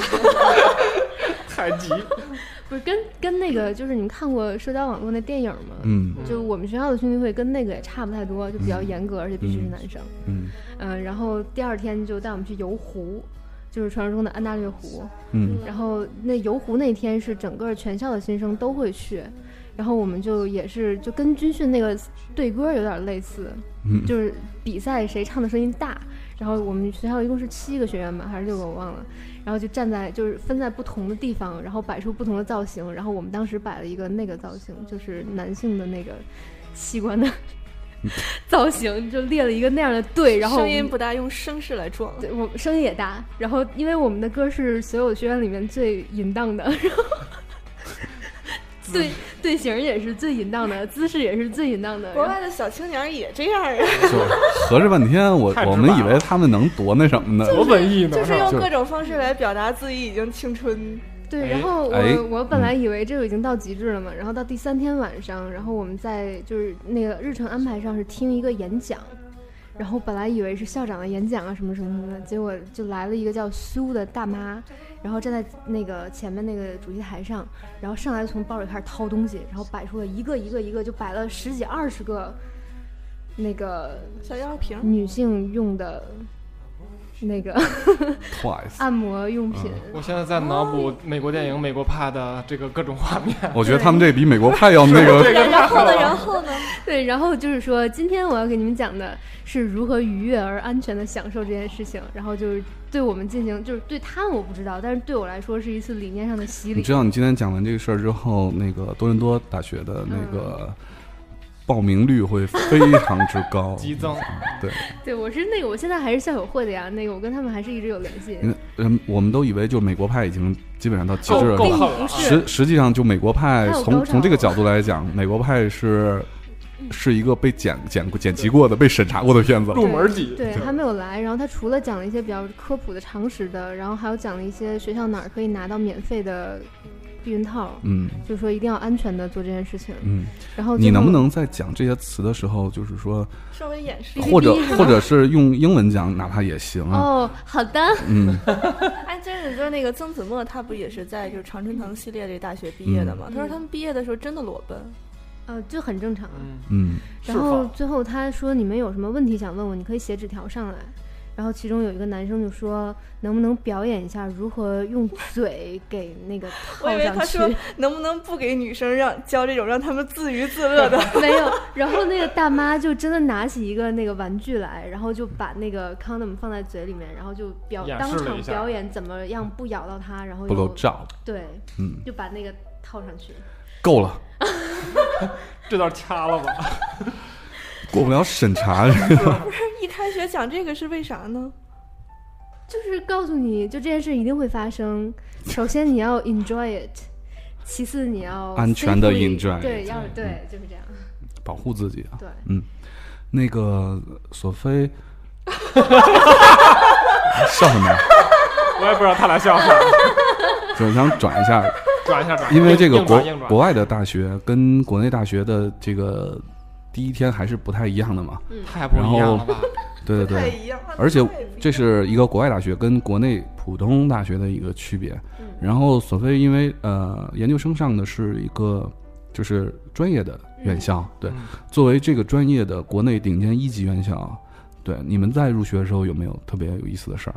太极。 不是跟跟那个，就是你们看过社交网络那电影吗？ 嗯， 就我们学校的兄弟会跟那个也差不太多，就比较严格，而且必须是男生。 嗯嗯、呃，然后第二天就带我们去游湖，就是传说中的安大略湖。 嗯， 然后那游湖那天是整个全校的新生都会去，然后我们就也是就跟军训那个对歌有点类似， 嗯， 就是比赛谁唱的声音大。然后我们学校一共是七个学院吧，还是六个我忘了。然后就站在就是分在不同的地方，然后摆出不同的造型。然后我们当时摆了一个那个造型，就是男性的那个器官的造型，就列了一个那样的队。然后声音不大，用声势来装。 对，我声音也大。然后因为我们的歌是所有学院里面最淫荡的，然后队队形也是最淫荡的，姿势也是最淫荡的。 国外的小青年也这样啊！ 就合着半天，我我们以为他们能多那什么呢？ 多文艺呢？ 就是用各种方式来表达自己已经青春。 对，然后我、 哎、 我本来以为这个已经到极致了嘛，然后到第三天晚上，然后我们在就是那个日程安排上是听一个演讲。然后本来以为是校长的演讲啊什么什么的，结果就来了一个叫苏的大妈，然后站在那个前面那个主席台上，然后上来从包里开始掏东西，然后摆出了一个一个一个，就摆了十几二十个那个小药瓶， 女性用的那个按摩用品、 嗯。我现在在脑补美国电影《美国派》的这个各种画面。 我觉得他们这比美国派要那个。 然后呢？然后呢？ 对，然后就是说，今天我要给你们讲的是如何愉悦而安全的享受这件事情。然后就是对我们进行，就是对他们我不知道，但是对我来说是一次理念上的洗礼。 你知道，你今天讲完这个事儿之后，那个多伦多大学的那个。嗯报名率会非常之高， 激增。 对， 对我是那个，我现在还是校友会的呀。那个，我跟他们还是一直有联系。 嗯，我们都以为就美国派已经基本上到极致了， 够狠了。 实实际上，就美国派从从这个角度来讲，美国派是是一个被剪剪剪辑过的、被审查过的片子， 入门级。 对，还没有来。然后他除了讲了一些比较科普的常识的，然后还有讲了一些学校哪儿可以拿到免费的。避孕套， 嗯， 就是说一定要安全的做这件事情， 嗯， 然后你能不能在讲这些词的时候，就是说稍微演示， 或者或者是用英文讲，哪怕也行啊。 哦，好的， 嗯， 哎，真的就是那个曾子墨，他不也是在就是常春藤系列这大学毕业的吗？ 嗯、 他说他们毕业的时候真的裸奔， 呃，就很正常， 嗯， 然后最后他说你们有什么问题想问我，你可以写纸条上来。然后其中有一个男生就说能不能表演一下如何用嘴给那个套上去。 我以为他说能不能不给女生让教这种让他们自娱自乐的。 没有，然后那个大妈就真的拿起一个那个玩具来，然后就把那个 condom 放在嘴里面，然后就表当场表演怎么样不咬到它，然后不够照。 对， 嗯， 就把那个套上去。 够了， 这段掐了吧。 过不了审查。 不是一开学讲这个是为啥呢？ 就是告诉你就这件事一定会发生，首先你要 enjoy it， 其次你要安全的 enjoy， 对，要对、嗯、就是这样， 保护自己啊。 对， 嗯，那个索菲，笑什么？ 我也不知道他俩笑啥。 就想转一下， 转一下，转。 因为这个国国外的大学跟国内大学的这个。第一天还是不太一样的嘛， 嗯、太不一样了吧？ 对对对，而且这是一个国外大学跟国内普通大学的一个区别。 嗯、 然后索菲因为呃研究生上的是一个就是专业的院校， 嗯、 对，作为这个专业的国内顶尖一级院校，对，你们在入学的时候有没有特别有意思的事儿？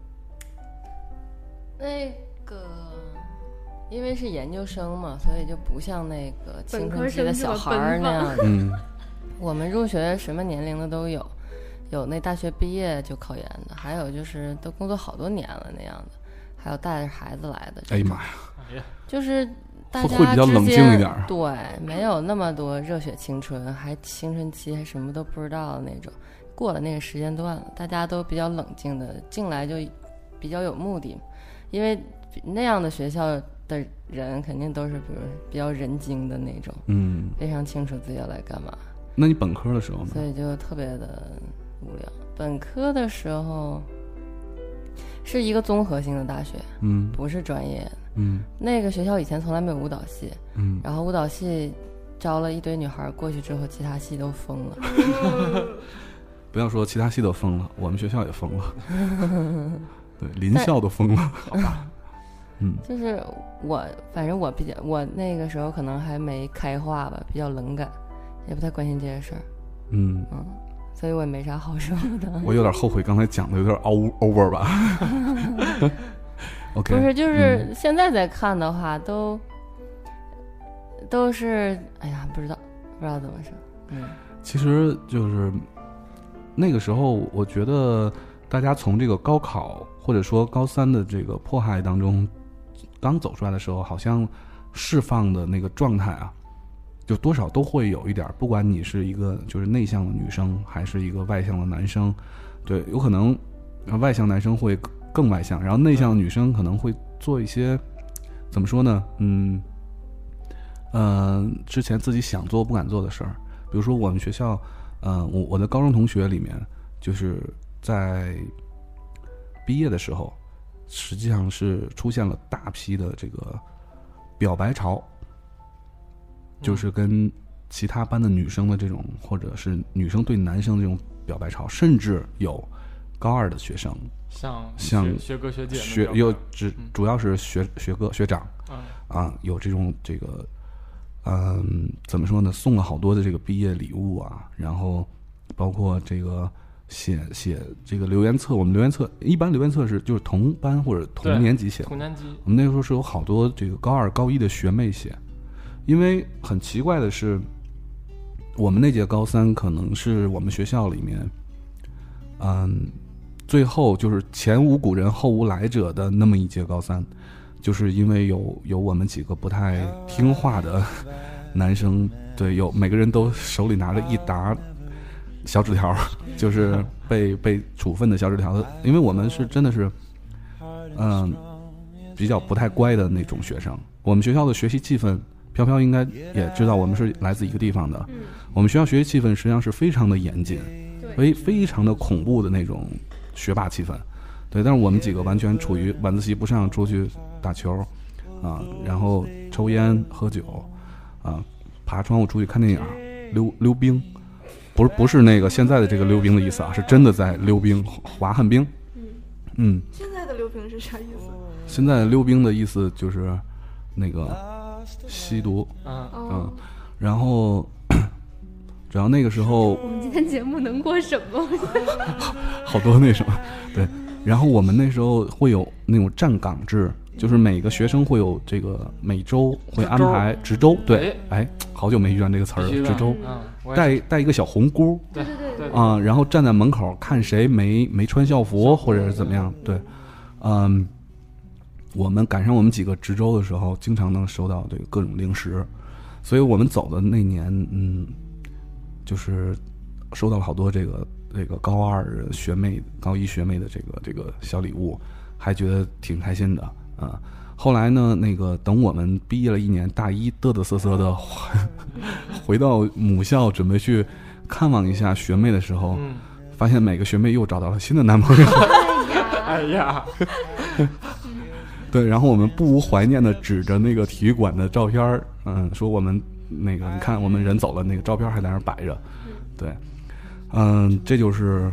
那个因为是研究生嘛，所以就不像那个青春期的小孩儿那样的。 嗯， 我们入学什么年龄的都有，有那大学毕业就考研的，还有就是都工作好多年了那样的，还有带着孩子来的。 哎呀妈呀！ 就是大家会比较冷静一点， 对，没有那么多热血青春，还青春期还什么都不知道的那种。过了那个时间段了，大家都比较冷静的进来，就比较有目的。因为那样的学校的人肯定都是比如比较人精的那种， 嗯， 非常清楚自己要来干嘛。 那你本科的时候呢？ 所以就特别的无聊。本科的时候是一个综合性的大学， 嗯， 不是专业的， 嗯， 那个学校以前从来没有舞蹈系， 嗯， 然后舞蹈系招了一堆女孩过去之后，其他系都疯了。 不要说其他系都疯了，我们学校也疯了。对，邻校都疯了。好吧。嗯， 就是我，反正我比较，我那个时候可能还没开化吧，比较冷感，也不太关心这些事儿。 嗯嗯，所以我也没啥好说的。 我有点后悔刚才讲的有点 over 吧。OK， 不是，就是现在在看的话，嗯、都都是，哎呀，不知道，不知道怎么说。嗯， 其实就是那个时候，我觉得大家从这个高考或者说高三的这个迫害当中刚走出来的时候，好像释放的那个状态啊，就多少都会有一点，不管你是一个就是内向的女生还是一个外向的男生，对，有可能外向男生会更外向，然后内向的女生可能会做一些怎么说呢，嗯呃之前自己想做不敢做的事儿。比如说我们学校呃我我的高中同学里面，就是在毕业的时候实际上是出现了大批的这个表白潮，就是跟其他班的女生的这种，或者是女生对男生的这种表白潮，甚至有高二的学生像像学学哥学姐学有只主要是学学哥学长、 嗯、 啊，有这种这个嗯怎么说呢，送了好多的这个毕业礼物啊，然后包括这个写写这个留言册，我们留言册一般留言册是就是同班或者同年级写的， 同年级我们那时候是有好多这个高二高一的学妹写。因为很奇怪的是，我们那届高三可能是我们学校里面嗯最后就是前无古人后无来者的那么一届高三，就是因为有有我们几个不太听话的男生，对，有每个人都手里拿着一沓小纸条，就是被被处分的小纸条的，因为我们是真的是嗯比较不太乖的那种学生。我们学校的学习气氛，飘飘应该也知道，我们是来自一个地方的。我们学校学习气氛实际上是非常的严谨，非非常的恐怖的那种学霸气氛。对，但是我们几个完全处于晚自习不上，出去打球啊，然后抽烟喝酒啊，爬窗户出去看电影，溜溜冰，不是不是那个现在的这个溜冰的意思啊，是真的在溜冰，滑旱冰。嗯， 现在的溜冰是啥意思？ 现在溜冰的意思就是那个吸毒， 嗯嗯，然后，然后那个时候， 我们今天节目能过什么？ 好多那什么，对，然后我们那时候会有那种站岗制，就是每个学生会有这个每周会安排值周，对，哎，好久没遇见这个词儿了，值周， 嗯， 带带一个小红箍， 对对对啊，然后站在门口看谁没没穿校服或者是怎么样，对，嗯。我们赶上我们几个值周的时候，经常能收到这个各种零食，所以我们走的那年，嗯，就是收到了好多这个这个高二学妹、高一学妹的这个这个小礼物，还觉得挺开心的啊。后来呢，那个等我们毕业了一年，大一嘚嘚瑟瑟的回到母校，准备去看望一下学妹的时候， 嗯、 发现每个学妹又找到了新的男朋友。 哎呀！ 对，然后我们不无怀念的指着那个体育馆的照片，嗯，说我们那个，你看我们人走了，那个照片还在那儿摆着。对，嗯，这就是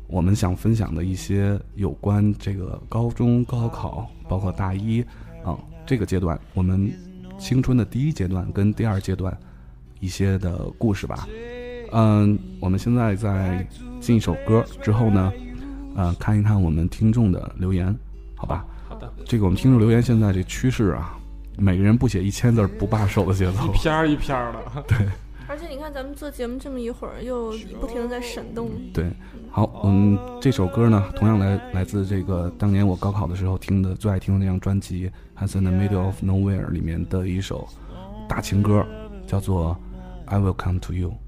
我们想分享的一些有关这个高中高考，包括大一啊这个阶段，我们青春的第一阶段跟第二阶段一些的故事吧。嗯，我们现在在进一首歌之后呢，呃，看一看我们听众的留言，好吧？ 好的。 这个我们听众留言现在这趋势啊，每个人不写一千字不罢手的节奏， 一篇儿一篇儿的。 对。 而且你看，咱们做节目这么一会儿，又不停的在闪动。 对，好，嗯，这首歌呢，同样来来自这个当年我高考的时候听的最爱听的那张专辑《Hanson the Middle of Nowhere》里面的一首大情歌，叫做《I Will Come to You》。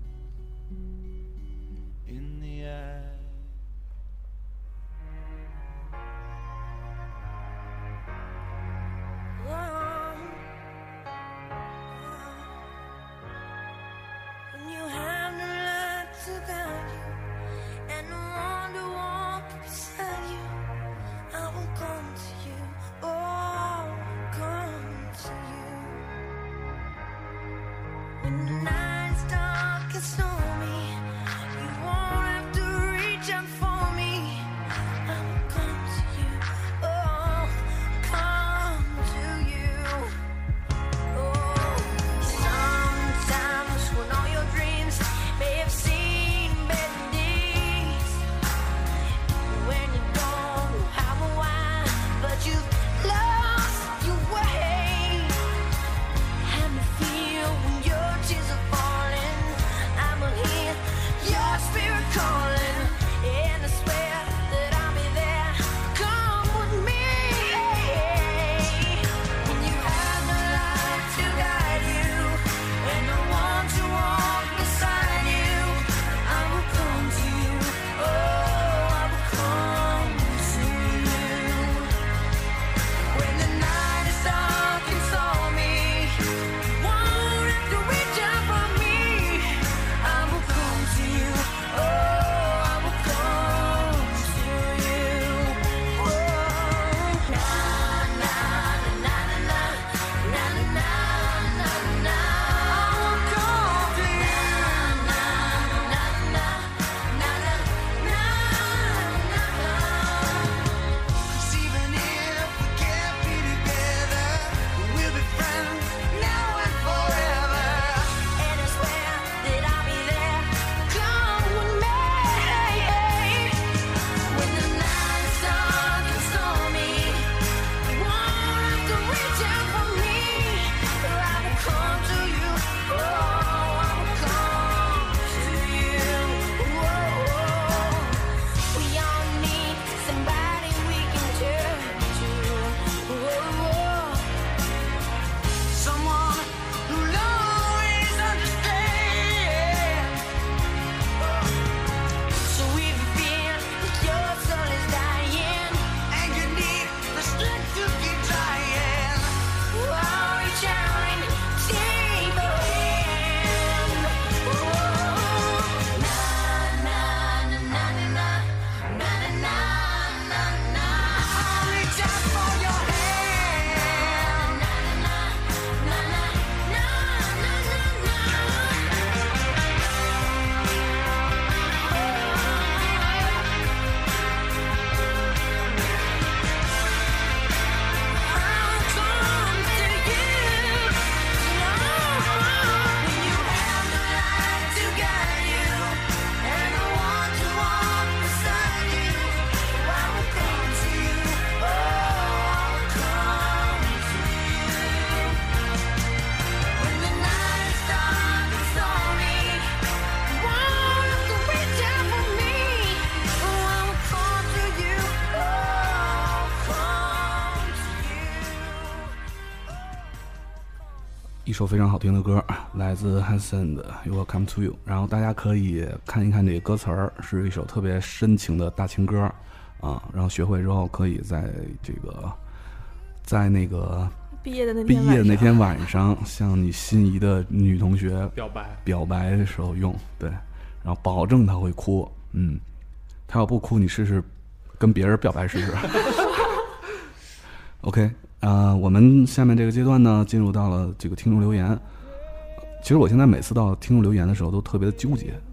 一首非常好听的歌，来自 Hanson 的 You Will Come to You。 然后大家可以看一看这个歌词儿，是一首特别深情的大情歌啊。然后学会之后，可以在这个在那个毕业的那毕天晚上业那天晚上，向你心仪的女同学表白表白的时候用，对，然后保证她会哭，嗯，她要不哭，你试试跟别人表白试试。OK。呃，我们下面这个阶段呢，进入到了这个听众留言。其实我现在每次到听众留言的时候，都特别的纠结，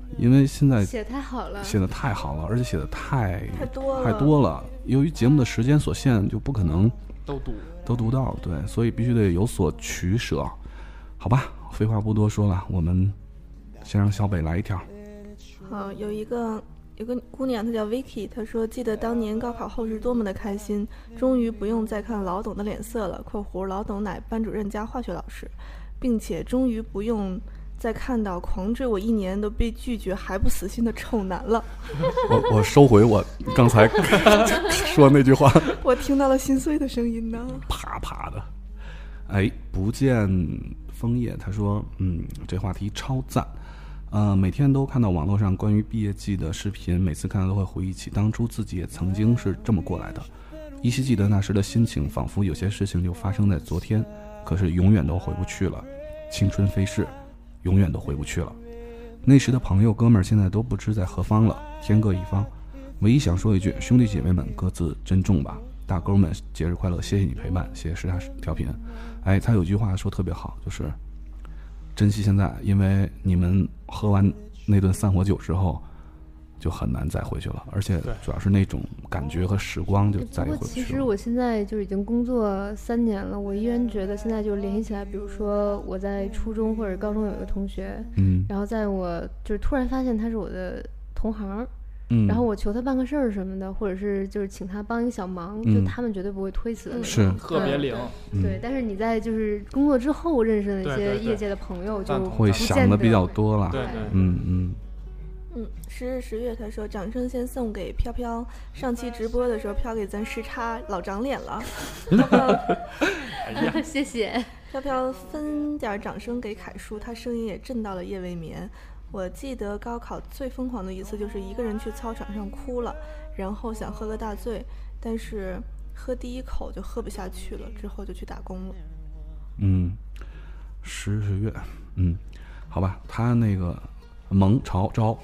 因为现在写太好了， 写的太好了，而且写的太太多了太多了。由于节目的时间所限，就不可能都读都读到，对，所以必须得有所取舍。好吧，废话不多说了，我们先让小北来一条。 好，有一个有个姑娘，她叫 Vicky， 她说记得当年高考后是多么的开心，终于不用再看老董的脸色了（括弧老董乃班主任加化学老师），并且终于不用再看到狂追我一年都被拒绝还不死心的臭男了。 我我收回我刚才说那句话。 我听到了心碎的声音呢， 啪啪的。哎，不见枫叶，他说，嗯，这话题超赞。呃，每天都看到网络上关于毕业季的视频，每次看到都会回忆起当初自己也曾经是这么过来的，依稀记得那时的心情，仿佛有些事情就发生在昨天，可是永远都回不去了。青春飞逝，永远都回不去了。那时的朋友哥们儿现在都不知在何方了，天各一方。唯一想说一句，兄弟姐妹们各自珍重吧。大哥们节日快乐，谢谢你陪伴，谢谢时差调频。哎，他有句话说特别好，就是珍惜现在，因为你们喝完那顿散伙酒之后就很难再回去了，而且主要是那种感觉和时光就再也回不去了。 其实我现在就已经工作三年了，我依然觉得现在就联系起来，比如说我在初中或者高中有一个同学， 嗯， 然后在我就是突然发现他是我的同行， 嗯， 然后我求他办个事儿什么的，或者是就是请他帮一个小忙， 嗯、 就他们绝对不会推辞的那种， 是特别灵。 对，对，但是你在就是工作之后认识的那些对对对业界的朋友，就会想的比较多了。 对对， 嗯嗯。 嗯，十日十月，他说掌声先送给飘飘，上期直播的时候飘给咱时差老长脸了，飘飘， 哎呀， 谢谢飘飘分点掌声给凯叔，他声音也震到了夜未眠。我记得高考最疯狂的一次就是一个人去操场上哭了，然后想喝个大醉，但是喝第一口就喝不下去了，之后就去打工了。 嗯，十日十月，嗯，好吧，他那个蒙朝招，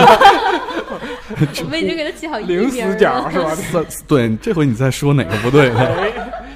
我们已经给他起好零死角是吧？ 对，这回你再说哪个不对了？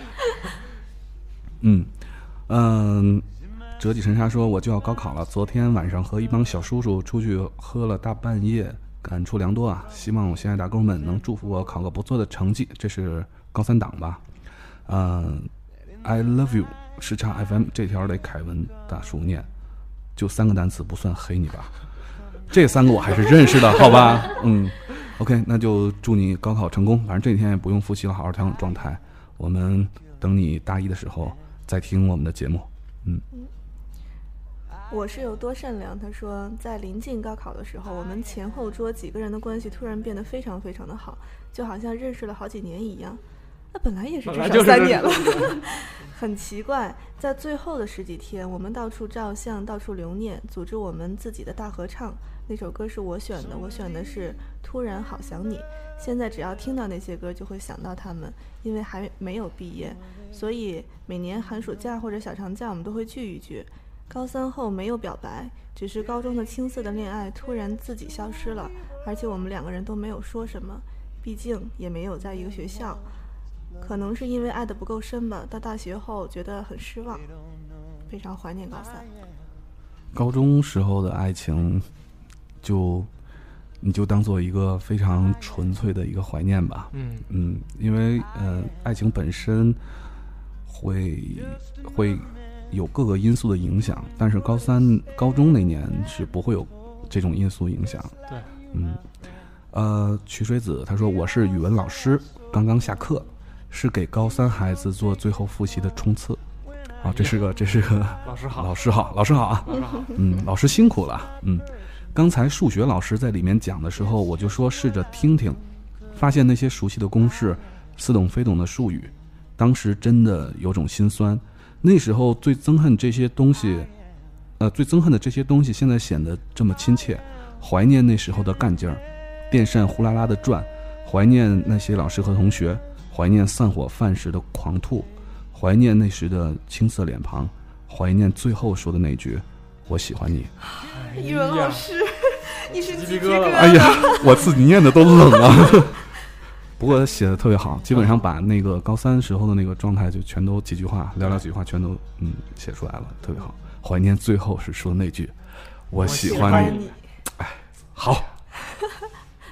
嗯嗯，折戟沉沙说我就要高考了，昨天晚上和一帮小叔叔出去喝了大半夜，感触良多啊！希望我心爱打工们能祝福我考个不错的成绩。这是高三党吧？嗯 ，I love you， 时差 F M 这条得凯文大叔念，就三个单词不算黑你吧？这三个我还是认识的，好吧？嗯 ，OK， 那就祝你高考成功。反正这几天也不用复习了，好好调整状态。我们等你大一的时候再听我们的节目。嗯。 我是有多善良？他说，在临近高考的时候，我们前后桌几个人的关系突然变得非常非常的好，就好像认识了好几年一样。那本来也是至少三年了，很奇怪。在最后的十几天，我们到处照相，到处留念，组织我们自己的大合唱。那首歌是我选的，我选的是《突然好想你》。现在只要听到那些歌，就会想到他们，因为还没有毕业，所以每年寒暑假或者小长假，我们都会聚一聚。高三后没有表白，只是高中的青涩的恋爱突然自己消失了，而且我们两个人都没有说什么，毕竟也没有在一个学校。可能是因为爱得不够深吧，到大学后觉得很失望，非常怀念高三。 高中时候的爱情，就你就当做一个非常纯粹的一个怀念吧。 嗯嗯，因为呃，爱情本身会会有各个因素的影响，但是高三高中那年是不会有这种因素影响。 对， 嗯，呃，曲水子他说我是语文老师，刚刚下课，是给高三孩子做最后复习的冲刺。啊，这是个这是个老师好， 老师好，老师好啊， 老师好， 嗯，老师辛苦了，嗯，刚才数学老师在里面讲的时候，我就说试着听听，发现那些熟悉的公式，似懂非懂的术语，当时真的有种心酸。那时候最憎恨这些东西，呃，最憎恨的这些东西，现在显得这么亲切，怀念那时候的干劲儿，电扇呼啦啦的转，怀念那些老师和同学，怀念散伙饭时的狂吐。怀念那时的青涩脸庞，怀念最后说的那句我喜欢你。 语文老师你是鸡皮疙瘩哎呀，我自己念的都冷啊。不过写的特别好，基本上把那个高三时候的那个状态就全都几句话寥寥几句话全都嗯写出来了，特别好。怀念最后是说的那句我喜欢你。哎，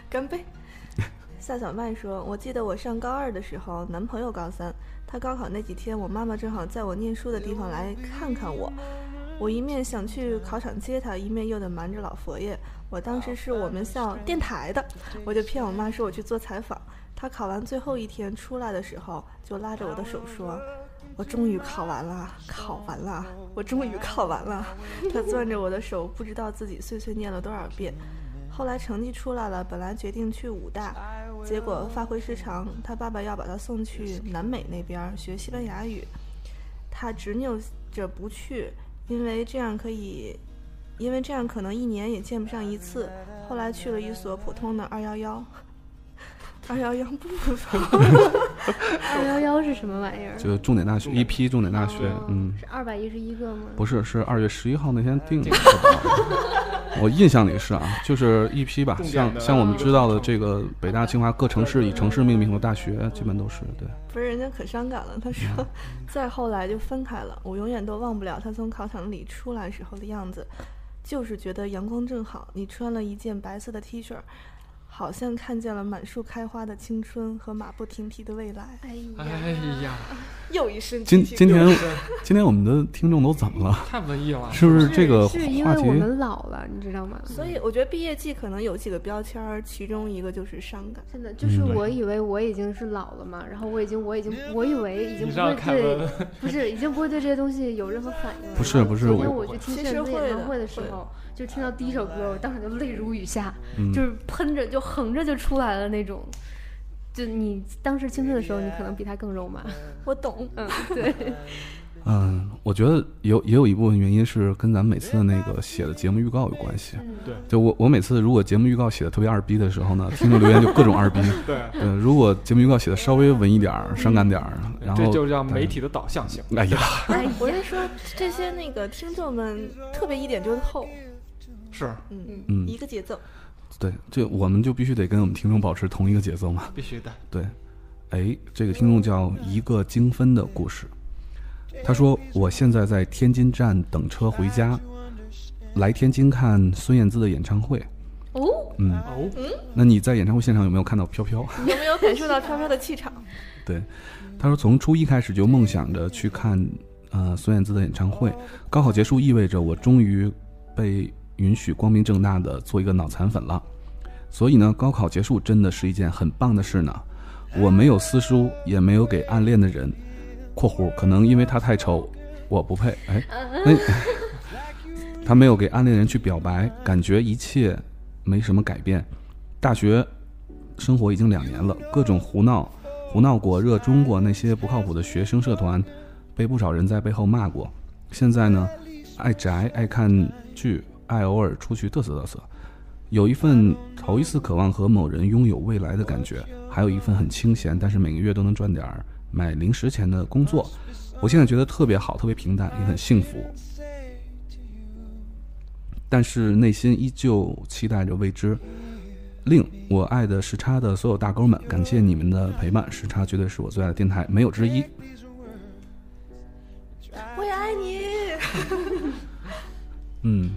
干杯。夏小麦说，我记得我上高二的时候，男朋友高三，他高考那几天，我妈妈正好在我念书的地方来看看我，我一面想去考场接他，一面又得瞒着老佛爷。我当时是我们校电台的，我就骗我妈说我去做采访。他考完最后一天出来的时候，就拉着我的手说，我终于考完了，考完了，我终于考完了。他攥着我的手，不知道自己碎碎念了多少遍。后来成绩出来了，本来决定去武大，结果发挥失常，他爸爸要把他送去南美那边学西班牙语，他执拗着不去，因为这样可以，因为这样可能一年也见不上一次。后来去了一所普通的二幺幺，二幺幺不普通。 二幺幺是什么玩意儿？ 就重点大学，一批重点大学， 哦、 嗯， 是二百一十一个吗？ 不是，是二月十一号那天定的。我印象里是啊，就是一批吧，像像我们知道的这个北大、清华各城市以城市命名的大学，基本都是对。 不是，人家可伤感了。他说，嗯、再后来就分开了。我永远都忘不了他从考场里出来时候的样子，就是觉得阳光正好，你穿了一件白色的 T 恤。好像看见了满树开花的青春和马不停蹄的未来。 哎呀， 哎呀， 又一身今今天今天我们的听众都怎么了？ 太文艺了， 是不是这个话题？ 是因为我们老了，你知道吗？ 所以我觉得毕业季可能有几个标签，其中一个就是伤感。 真的，就是我以为我已经是老了嘛，然后我已经我已经我以为已经不会对，不是已经不会对这些东西有任何反应了。 不是不是， 昨天我去听炫子演唱会的时候。就听到第一首歌，我当时就泪如雨下，嗯、就是喷着就横着就出来了那种。就你当时青春的时候，你可能比他更肉麻。 我懂， 嗯，对。 嗯，我觉得有也有一部分原因是跟咱们每次的那个写的节目预告有关系。 嗯、 对， 就我我每次如果节目预告写的特别二逼的时候呢，听众留言就各种二逼。 对， 呃，如果节目预告写的稍微文一点儿、伤感点儿，然后这就叫媒体的导向性。 哎呀， 哎，我是说这些那个听众们特别一点就是厚。 是， 嗯嗯， 一个节奏。 对，这我们就必须得跟我们听众保持同一个节奏嘛。 必须的。 对，哎，这个听众叫一个精分的故事，他说我现在在天津站等车回家，来天津看孙燕姿的演唱会。 哦， 嗯哦， 那你在演唱会现场有没有看到飘飘？ 有没有感受到飘飘的气场？ 对，他说从初一开始就梦想着去看呃孙燕姿的演唱会，高考结束意味着我终于被允许光明正大的做一个脑残粉了，所以呢，高考结束真的是一件很棒的事呢。我没有私书，也没有给暗恋的人（括弧可能因为他太丑，我不配）。哎，那他没有给暗恋人去表白，感觉一切没什么改变。大学生活已经两年了，各种胡闹，胡闹过，热衷过那些不靠谱的学生社团，被不少人在背后骂过。现在呢，爱宅，爱看剧。爱偶尔出去嘚瑟嘚瑟，有一份头一次渴望和某人拥有未来的感觉，还有一份很清闲但是每个月都能赚点买零食钱的工作。我现在觉得特别好，特别平淡，也很幸福，但是内心依旧期待着未知。另我爱的时差的所有大钩们，感谢你们的陪伴，时差绝对是我最爱的电台，没有之一。 我也爱你。 嗯。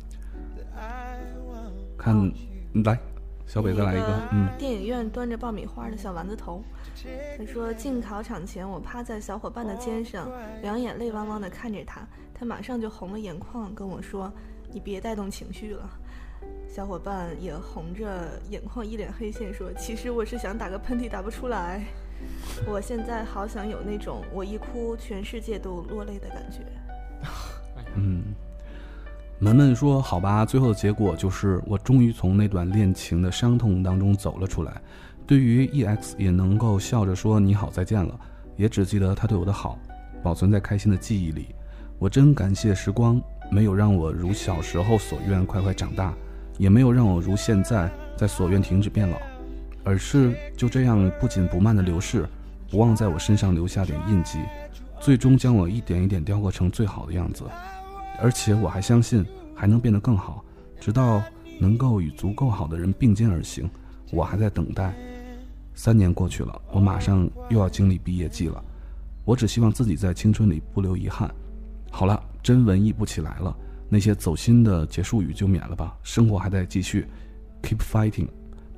看，来，小北再来一个。嗯， 电影院端着爆米花的小丸子头。他说，进考场前，我趴在小伙伴的肩上，两眼泪汪汪地看着他，他马上就红了眼眶，跟我说：“你别带动情绪了。”小伙伴也红着眼眶，一脸黑线，说：“其实我是想打个喷嚏，打不出来。我现在好想有那种我一哭全世界都落泪的感觉。” 嗯。门门说好吧，最后的结果就是我终于从那段恋情的伤痛当中走了出来，对于 E X 也能够笑着说你好再见了，也只记得他对我的好保存在开心的记忆里。我真感谢时光，没有让我如小时候所愿快快长大，也没有让我如现在在所愿停止变老，而是就这样不紧不慢的流逝，不忘在我身上留下点印记，最终将我一点一点雕刻成最好的样子。而且我还相信还能变得更好，直到能够与足够好的人并肩而行。我还在等待。三年过去了，我马上又要经历毕业季了，我只希望自己在青春里不留遗憾。好了，真文艺不起来了，那些走心的结束语就免了吧，生活还在继续， keep fighting，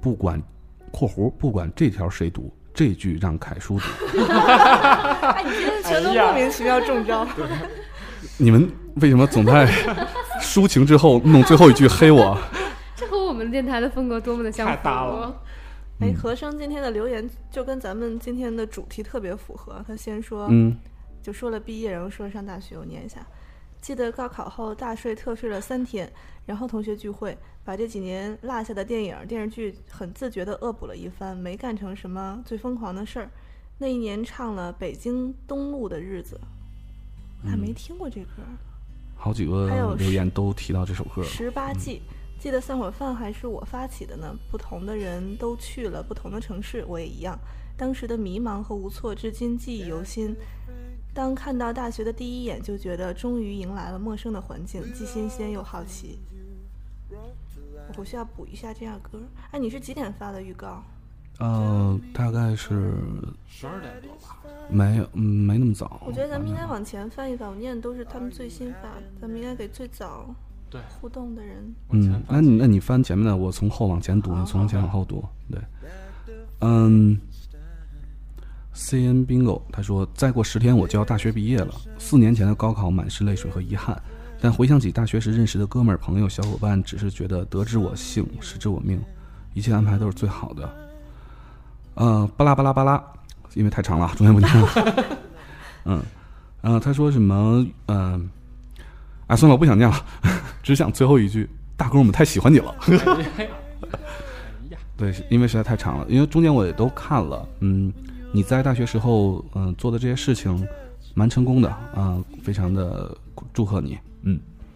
不管括弧不管这条谁读，这句让凯叔读。 哎，你今天全都莫名其妙中招。 你们为什么总在抒情之后弄最后一句黑我？ 这和我们电台的风格多么的相符！ 太搭了。 哎，和生今天的留言就跟咱们今天的主题特别符合。他先说， 嗯， 就说了毕业，然后说上大学。我念一下：记得高考后大睡特睡了三天，然后同学聚会，把这几年落下的电影电视剧很自觉地恶补了一番，没干成什么最疯狂的事儿。那一年唱了《北京东路的日子》，我还没听过这歌。 好几个留言都提到这首歌。 十八季。嗯，记得散伙饭还是我发起的呢，不同的人都去了不同的城市，我也一样。当时的迷茫和无措至今记忆犹新。当看到大学的第一眼，就觉得终于迎来了陌生的环境，既新鲜又好奇。我回去要补一下这样歌。哎，你是几点发的预告？ 呃，大概是十二点多吧。 没有，嗯，没那么早。 我觉得咱们应该往前翻一翻，我念的都是他们最新发的，咱们应该给最早对互动的人。 嗯，那你那你翻前面的，我从后往前读，你从前往后读。对，嗯 ，C N Bingo 他说，再过十天我就要大学毕业了，四年前的高考满是泪水和遗憾，但回想起大学时认识的哥们儿、朋友、小伙伴，只是觉得得之我幸，失之我命，一切安排都是最好的。呃，巴拉巴拉巴拉，因为太长了，中间不念了。嗯，呃，他说什么？嗯、呃。哎，算了，我不想念了，只想最后一句，大哥，我们太喜欢你了。对，因为实在太长了，因为中间我也都看了。嗯，你在大学时候，嗯、呃，做的这些事情，蛮成功的啊、呃，非常的祝贺你。嗯。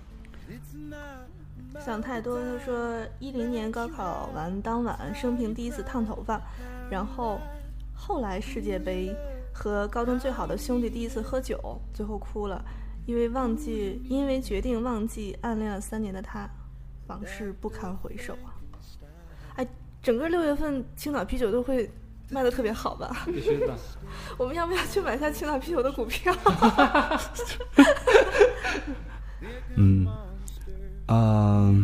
想太多，他说一零年高考完当晚，生平第一次烫头发，然后后来世界杯和高中最好的兄弟第一次喝酒，最后哭了。因为忘记，因为决定忘记暗恋了三年的他，往事不堪回首啊！哎，整个六月份青岛啤酒都会卖得特别好吧？ 必须的。 我们要不要去买下青岛啤酒的股票？ 嗯，啊、呃，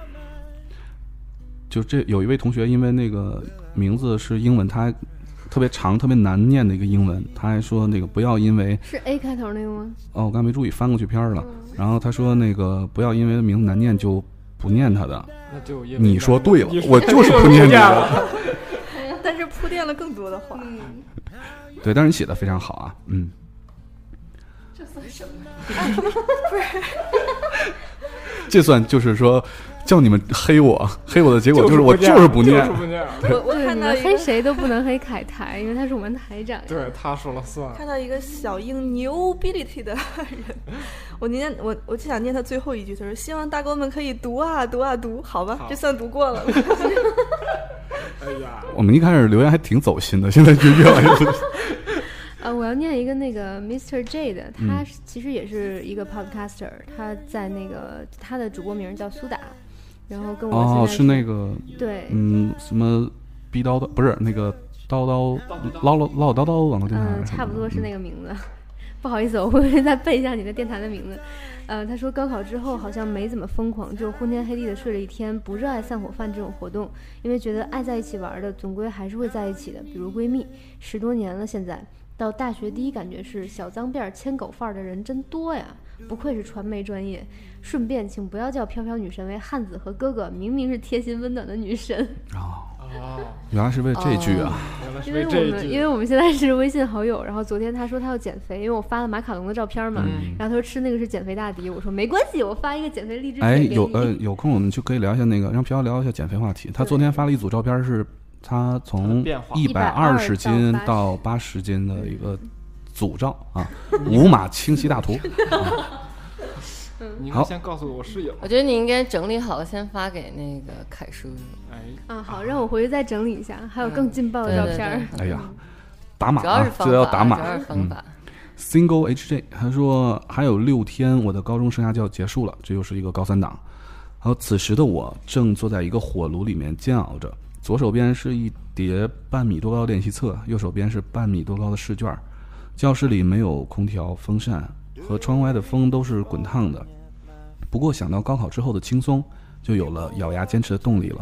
就这有一位同学，因为那个名字是英文，他特别长特别难念的一个英文，他还说那个不要因为是 A 开头那个吗？ 哦，我刚没注意翻过去片了、嗯、然后他说那个不要因为名字难念就不念他的， 那就因为你说对了，我就是不念你的。 但是铺垫了更多的话、嗯、 对，但是你写的非常好啊。嗯， 这算什么？ 不是这算就是说叫你们黑我，黑我的结果就是我就是不念。 我我看到黑谁都不能黑凯台，因为他是我们台长。 对，他说了算。 看到一个小英牛 ability 的人，我念我我就想念他最后一句，他说希望大哥们可以读啊读啊读，好吧，好这算读过了。 哎呀， 我们一开始留言还挺走心的，现在就越来越。 呃，我要念一个那个 mister J 的，他其实也是一个 podcaster，、嗯、他在那个他的主播名叫苏打。然后跟我哦是那个对嗯什么逼叨叨不是那个叨叨唠唠唠叨叨网络电台， 嗯，差不多是那个名字。嗯、不好意思，我会不会再背一下你的电台的名字？呃，他说高考之后好像没怎么疯狂，就昏天黑地的睡了一天，不热爱散伙饭这种活动，因为觉得爱在一起玩的总归还是会在一起的，比如闺蜜，十多年了，现在到大学第一感觉是小脏辫牵狗范儿的人真多呀，不愧是传媒专业。顺便请不要叫飘飘女神为汉子和哥哥，明明是贴心温暖的女神。 哦，原来是为这句啊！ 哦、因为我们因为我们现在是微信好友，然后昨天他说他要减肥，因为我发了马卡龙的照片嘛，嗯、然后他说吃那个是减肥大敌，我说没关系，我发一个减肥励志帖给你。 哎，有呃有空我们就可以聊一下那个，让飘飘聊一下减肥话题。他昨天发了一组照片，是他从一百二十斤到八十斤的一个组照啊，五码清晰大图。啊你应该先告诉我室友。 我觉得你应该整理好先发给那个凯叔。 哎， 啊好，让我回去再整理一下，还有更劲爆的照片。 嗯、 哎呀，打码啊， 这要打码。 主要是方法。 嗯、Single H J 他说还有六天我的高中生涯就要结束了，这又是一个高三党。然后此时的我正坐在一个火炉里面煎熬着，左手边是一叠半米多高的练习册，右手边是半米多高的试卷。教室里没有空调、风扇，和窗外的风都是滚烫的。不过想到高考之后的轻松，就有了咬牙坚持的动力了。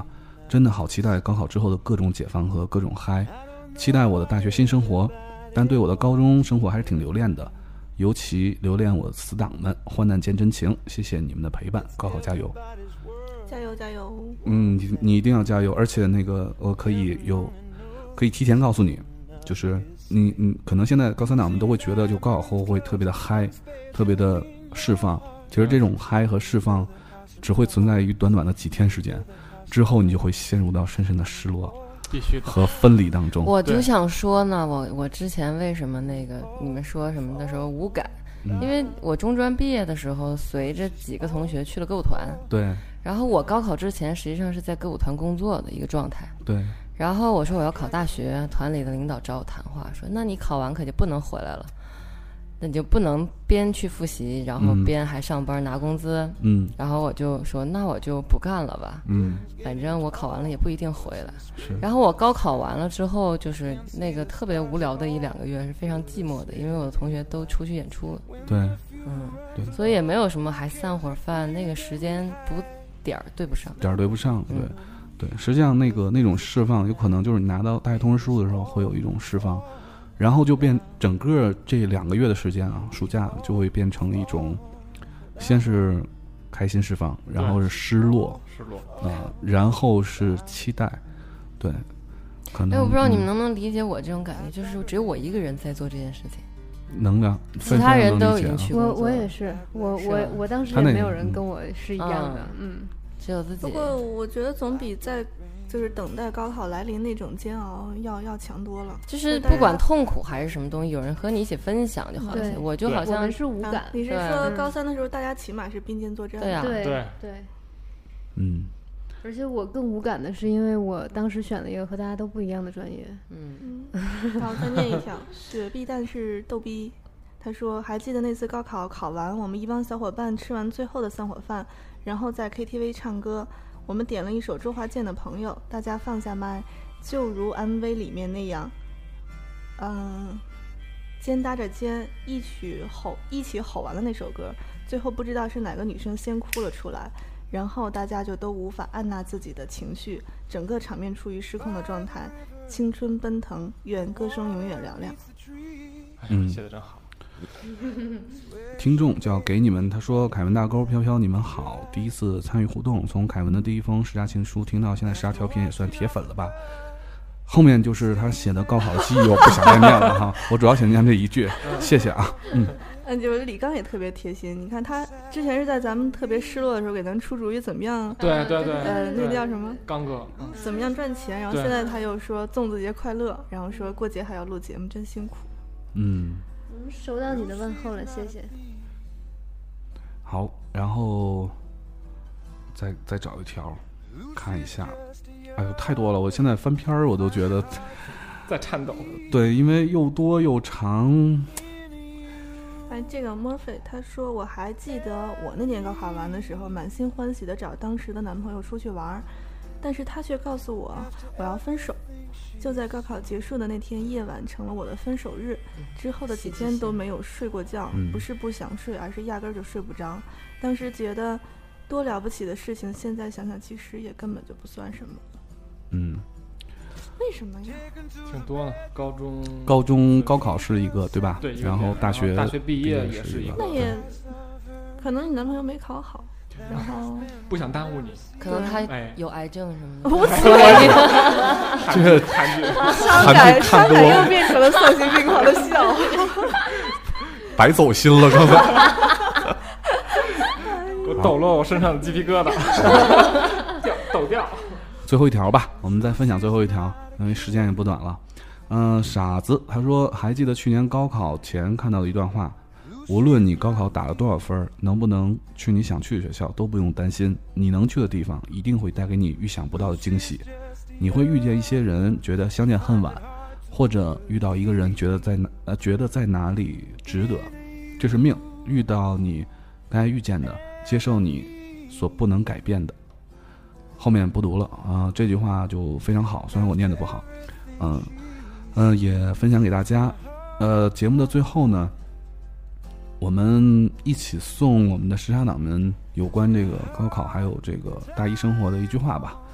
真的好期待高考之后的各种解放和各种嗨，期待我的大学新生活，但对我的高中生活还是挺留恋的，尤其留恋我的死党们，患难见真情，谢谢你们的陪伴，高考加油！ 加油加油！ 嗯，你你一定要加油，而且那个我可以有，可以提前告诉你，就是你你可能现在高三党们都会觉得，就高考后会特别的嗨，特别的释放。其实这种嗨和释放，只会存在于短短的几天时间，之后你就会陷入到深深的失落。 必须的和分离当中。 我就想说呢，我我之前为什么那个你们说什么的时候无感， 嗯、 因为我中专毕业的时候，随着几个同学去了歌舞团。 对。 然后我高考之前实际上是在歌舞团工作的一个状态。 对。 然后我说我要考大学，团里的领导找我谈话，说那你考完可就不能回来了。那你就不能边去复习，然后边还上班拿工资。 嗯， 然后我就说，那我就不干了吧。 嗯， 反正我考完了也不一定回来。 是。 然后我高考完了之后，就是那个特别无聊的一两个月是非常寂寞的，因为我的同学都出去演出了。 对， 嗯， 对， 所以也没有什么还散会儿饭，那个时间不点儿对不上， 点儿对不上。对， 嗯、 对，实际上那个那种释放，有可能就是你拿到大学通知书的时候会有一种释放。然后就变整个这两个月的时间啊，暑假就会变成一种，先是开心释放，然后是失落， 失落啊、呃，然后是期待，对，可能。 哎，我不知道你们能不能理解我这种感觉，就是只有我一个人在做这件事情， 能的， 其他人都已经去我我也是，我我我当时也没有人跟我是一样的，嗯， 嗯只有自己。 不过我觉得总比在。就是等待高考来临那种煎熬要要强多了， 就是不管痛苦还是什么东西，有人和你一起分享就好些。我就好像是无感、啊。 你是说高三的时候，大家起码是并肩作战？ 对啊， 对对对。 嗯。 而且我更无感的是，因为我当时选了一个和大家都不一样的专业。 嗯。 好，再念一条，雪碧蛋是逗逼。他说：“还记得那次高考考完，我们一帮小伙伴吃完最后的散伙饭，然后在 K T V 唱歌。”我们点了一首周华健的朋友，大家放下麦，就如 M V 里面那样，嗯，肩搭着肩一起吼一起吼完了那首歌，最后不知道是哪个女生先哭了出来，然后大家就都无法按捺自己的情绪，整个场面处于失控的状态，青春奔腾，愿歌声永远嘹亮。 嗯， 写得真好。 听众叫给你们，他说凯文大钩飘飘你们好，第一次参与互动，从凯文的第一封十佳情书听到现在十佳调频也算铁粉了吧，后面就是他写的高考的记忆我不想再念了哈，我主要想念这一句，谢谢啊。嗯嗯，就是李刚也特别贴心，你看他之前是在咱们特别失落的时候给咱出主意怎么样， 对对对， 呃那叫什么刚哥、 嗯、怎么样赚钱，然后现在他又说粽子节快乐，然后说过节还要录节目真辛苦。 嗯， 收到你的问候了，谢谢。 好，然后再再找一条看一下，哎呦太多了，我现在翻篇儿我都觉得在颤抖。 对，因为又多又长。 哎，这个 Murphy 他说，我还记得我那年高考完的时候，满心欢喜的找当时的男朋友出去玩，但是他却告诉我我要分手。就在高考结束的那天夜晚成了我的分手日，之后的几天都没有睡过觉，不是不想睡，而是压根儿就睡不着。当时觉得多了不起的事情，现在想想其实也根本就不算什么。 嗯， 为什么呀？ 挺多的，高中高中高考是一个对吧？ 对， 然后大学大学毕业也是一个。 那也可能你男朋友没考好。然后不想耽误你， 可能他有癌症什么的。 我操！ 这个伤感，伤感又变成了丧心病狂的笑， 白走心了，刚才。 我抖落我身上的鸡皮疙瘩，掉抖掉。 最后一条吧，我们再分享最后一条，因为时间也不短了。嗯、呃，傻子他说，还记得去年高考前看到的一段话。无论你高考打了多少分，能不能去你想去的学校都不用担心，你能去的地方一定会带给你预想不到的惊喜。你会遇见一些人觉得相见恨晚，或者遇到一个人觉得在哪呃觉得在哪里值得，这是命，遇到你该遇见的，接受你所不能改变的。后面不读了啊、呃，这句话就非常好，虽然我念得不好，嗯、呃、嗯、呃，也分享给大家。呃，节目的最后呢，我们一起送我们的时差党们有关这个高考还有这个大一生活的一句话吧。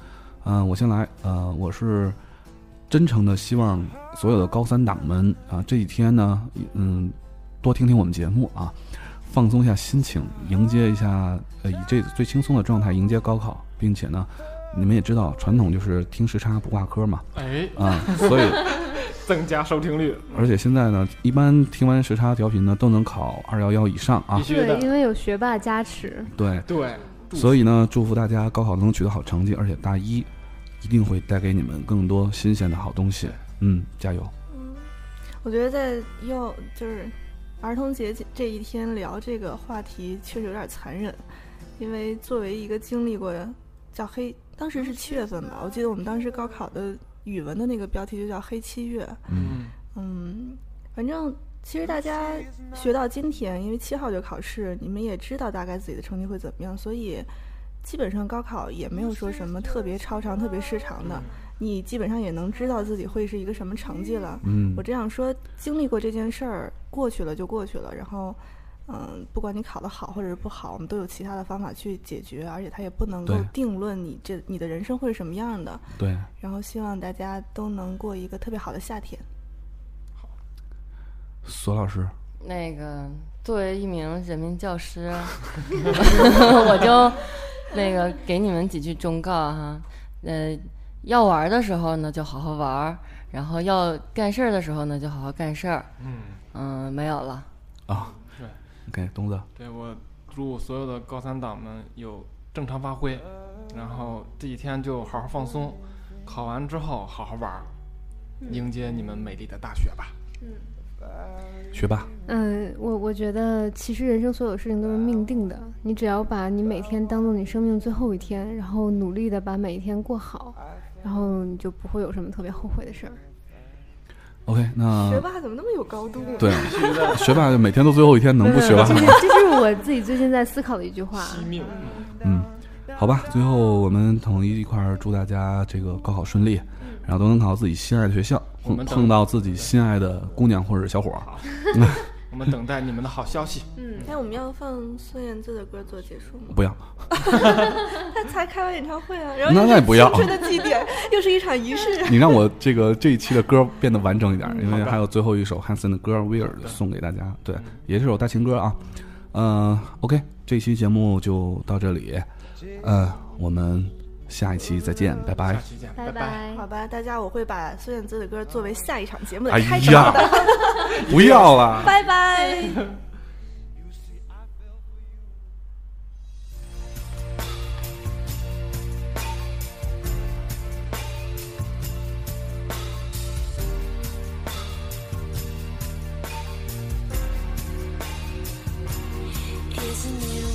嗯、呃，我先来，呃，我是真诚的希望所有的高三党们啊、呃，这几天呢，嗯，多听听我们节目啊，放松一下心情，迎接一下，呃，以这最轻松的状态迎接高考，并且呢，你们也知道，传统就是听时差不挂科嘛， 哎， 啊、呃，所以增加收听率。 而且现在呢，一般听完时差调频呢，都能考二幺幺以上啊， 对，因为有学霸加持。 对对， 所以呢，祝福大家高考能取得好成绩，而且大一一定会带给你们更多新鲜的好东西。嗯，加油。 嗯，我觉得在幼就是儿童节这一天聊这个话题确实有点残忍，因为作为一个经历过叫黑，当时是七月份吧，我记得我们当时高考的语文的那个标题就叫黑七月。 嗯嗯，反正其实大家学到今天，因为七号就考试，你们也知道大概自己的成绩会怎么样，所以基本上高考也没有说什么特别超常特别失常的，你基本上也能知道自己会是一个什么成绩了。 嗯， 我这样说，经历过这件事儿，过去了就过去了，然后嗯，不管你考得好或者是不好，我们都有其他的方法去解决，而且它也不能够定论你这你的人生会是什么样的。 对。 然后希望大家都能过一个特别好的夏天。 好，索老师。 那个作为一名人民教师，我就那个给你们几句忠告哈。呃，要玩的时候呢，就好好玩；然后要干事儿的时候呢，就好好干事儿。嗯嗯，没有了。 啊， 对 ，OK， 东子， 对，我祝所有的高三党们有正常发挥，然后这几天就好好放松，考完之后好好玩，迎接你们美丽的大学吧。 嗯， 学霸。 嗯，我我觉得其实人生所有事情都是命定的，你只要把你每天当做你生命最后一天，然后努力的把每一天过好，然后你就不会有什么特别后悔的事儿。 OK， 那学霸怎么那么有高度？ 对，学霸每天都最后一天，能不学霸吗？ 这是我自己最近在思考的一句话。 惜命。 嗯，好吧，最后我们统一一块儿祝大家这个高考顺利，然后都能考到自己心爱的学校，碰碰到自己心爱的姑娘或者小伙儿。 我们等待你们的好消息。 嗯，哎，我们要放孙燕姿的歌做结束吗？ 不要。 他才开完演唱会啊，然后那也不要。 青春的祭典又是一场仪式。 你让我这个这一期的歌变得完整一点，因为还有最后一首汉森的歌《威尔》送给大家，对，也是首大情歌啊。嗯、呃、，OK， 这一期节目就到这里，呃，我们下一期再见，拜拜。 下期见，拜拜。 好吧，大家，我会把孙燕姿的歌作为下一场节目的哎开场的。 呀，不要了， 拜拜。 Isn't it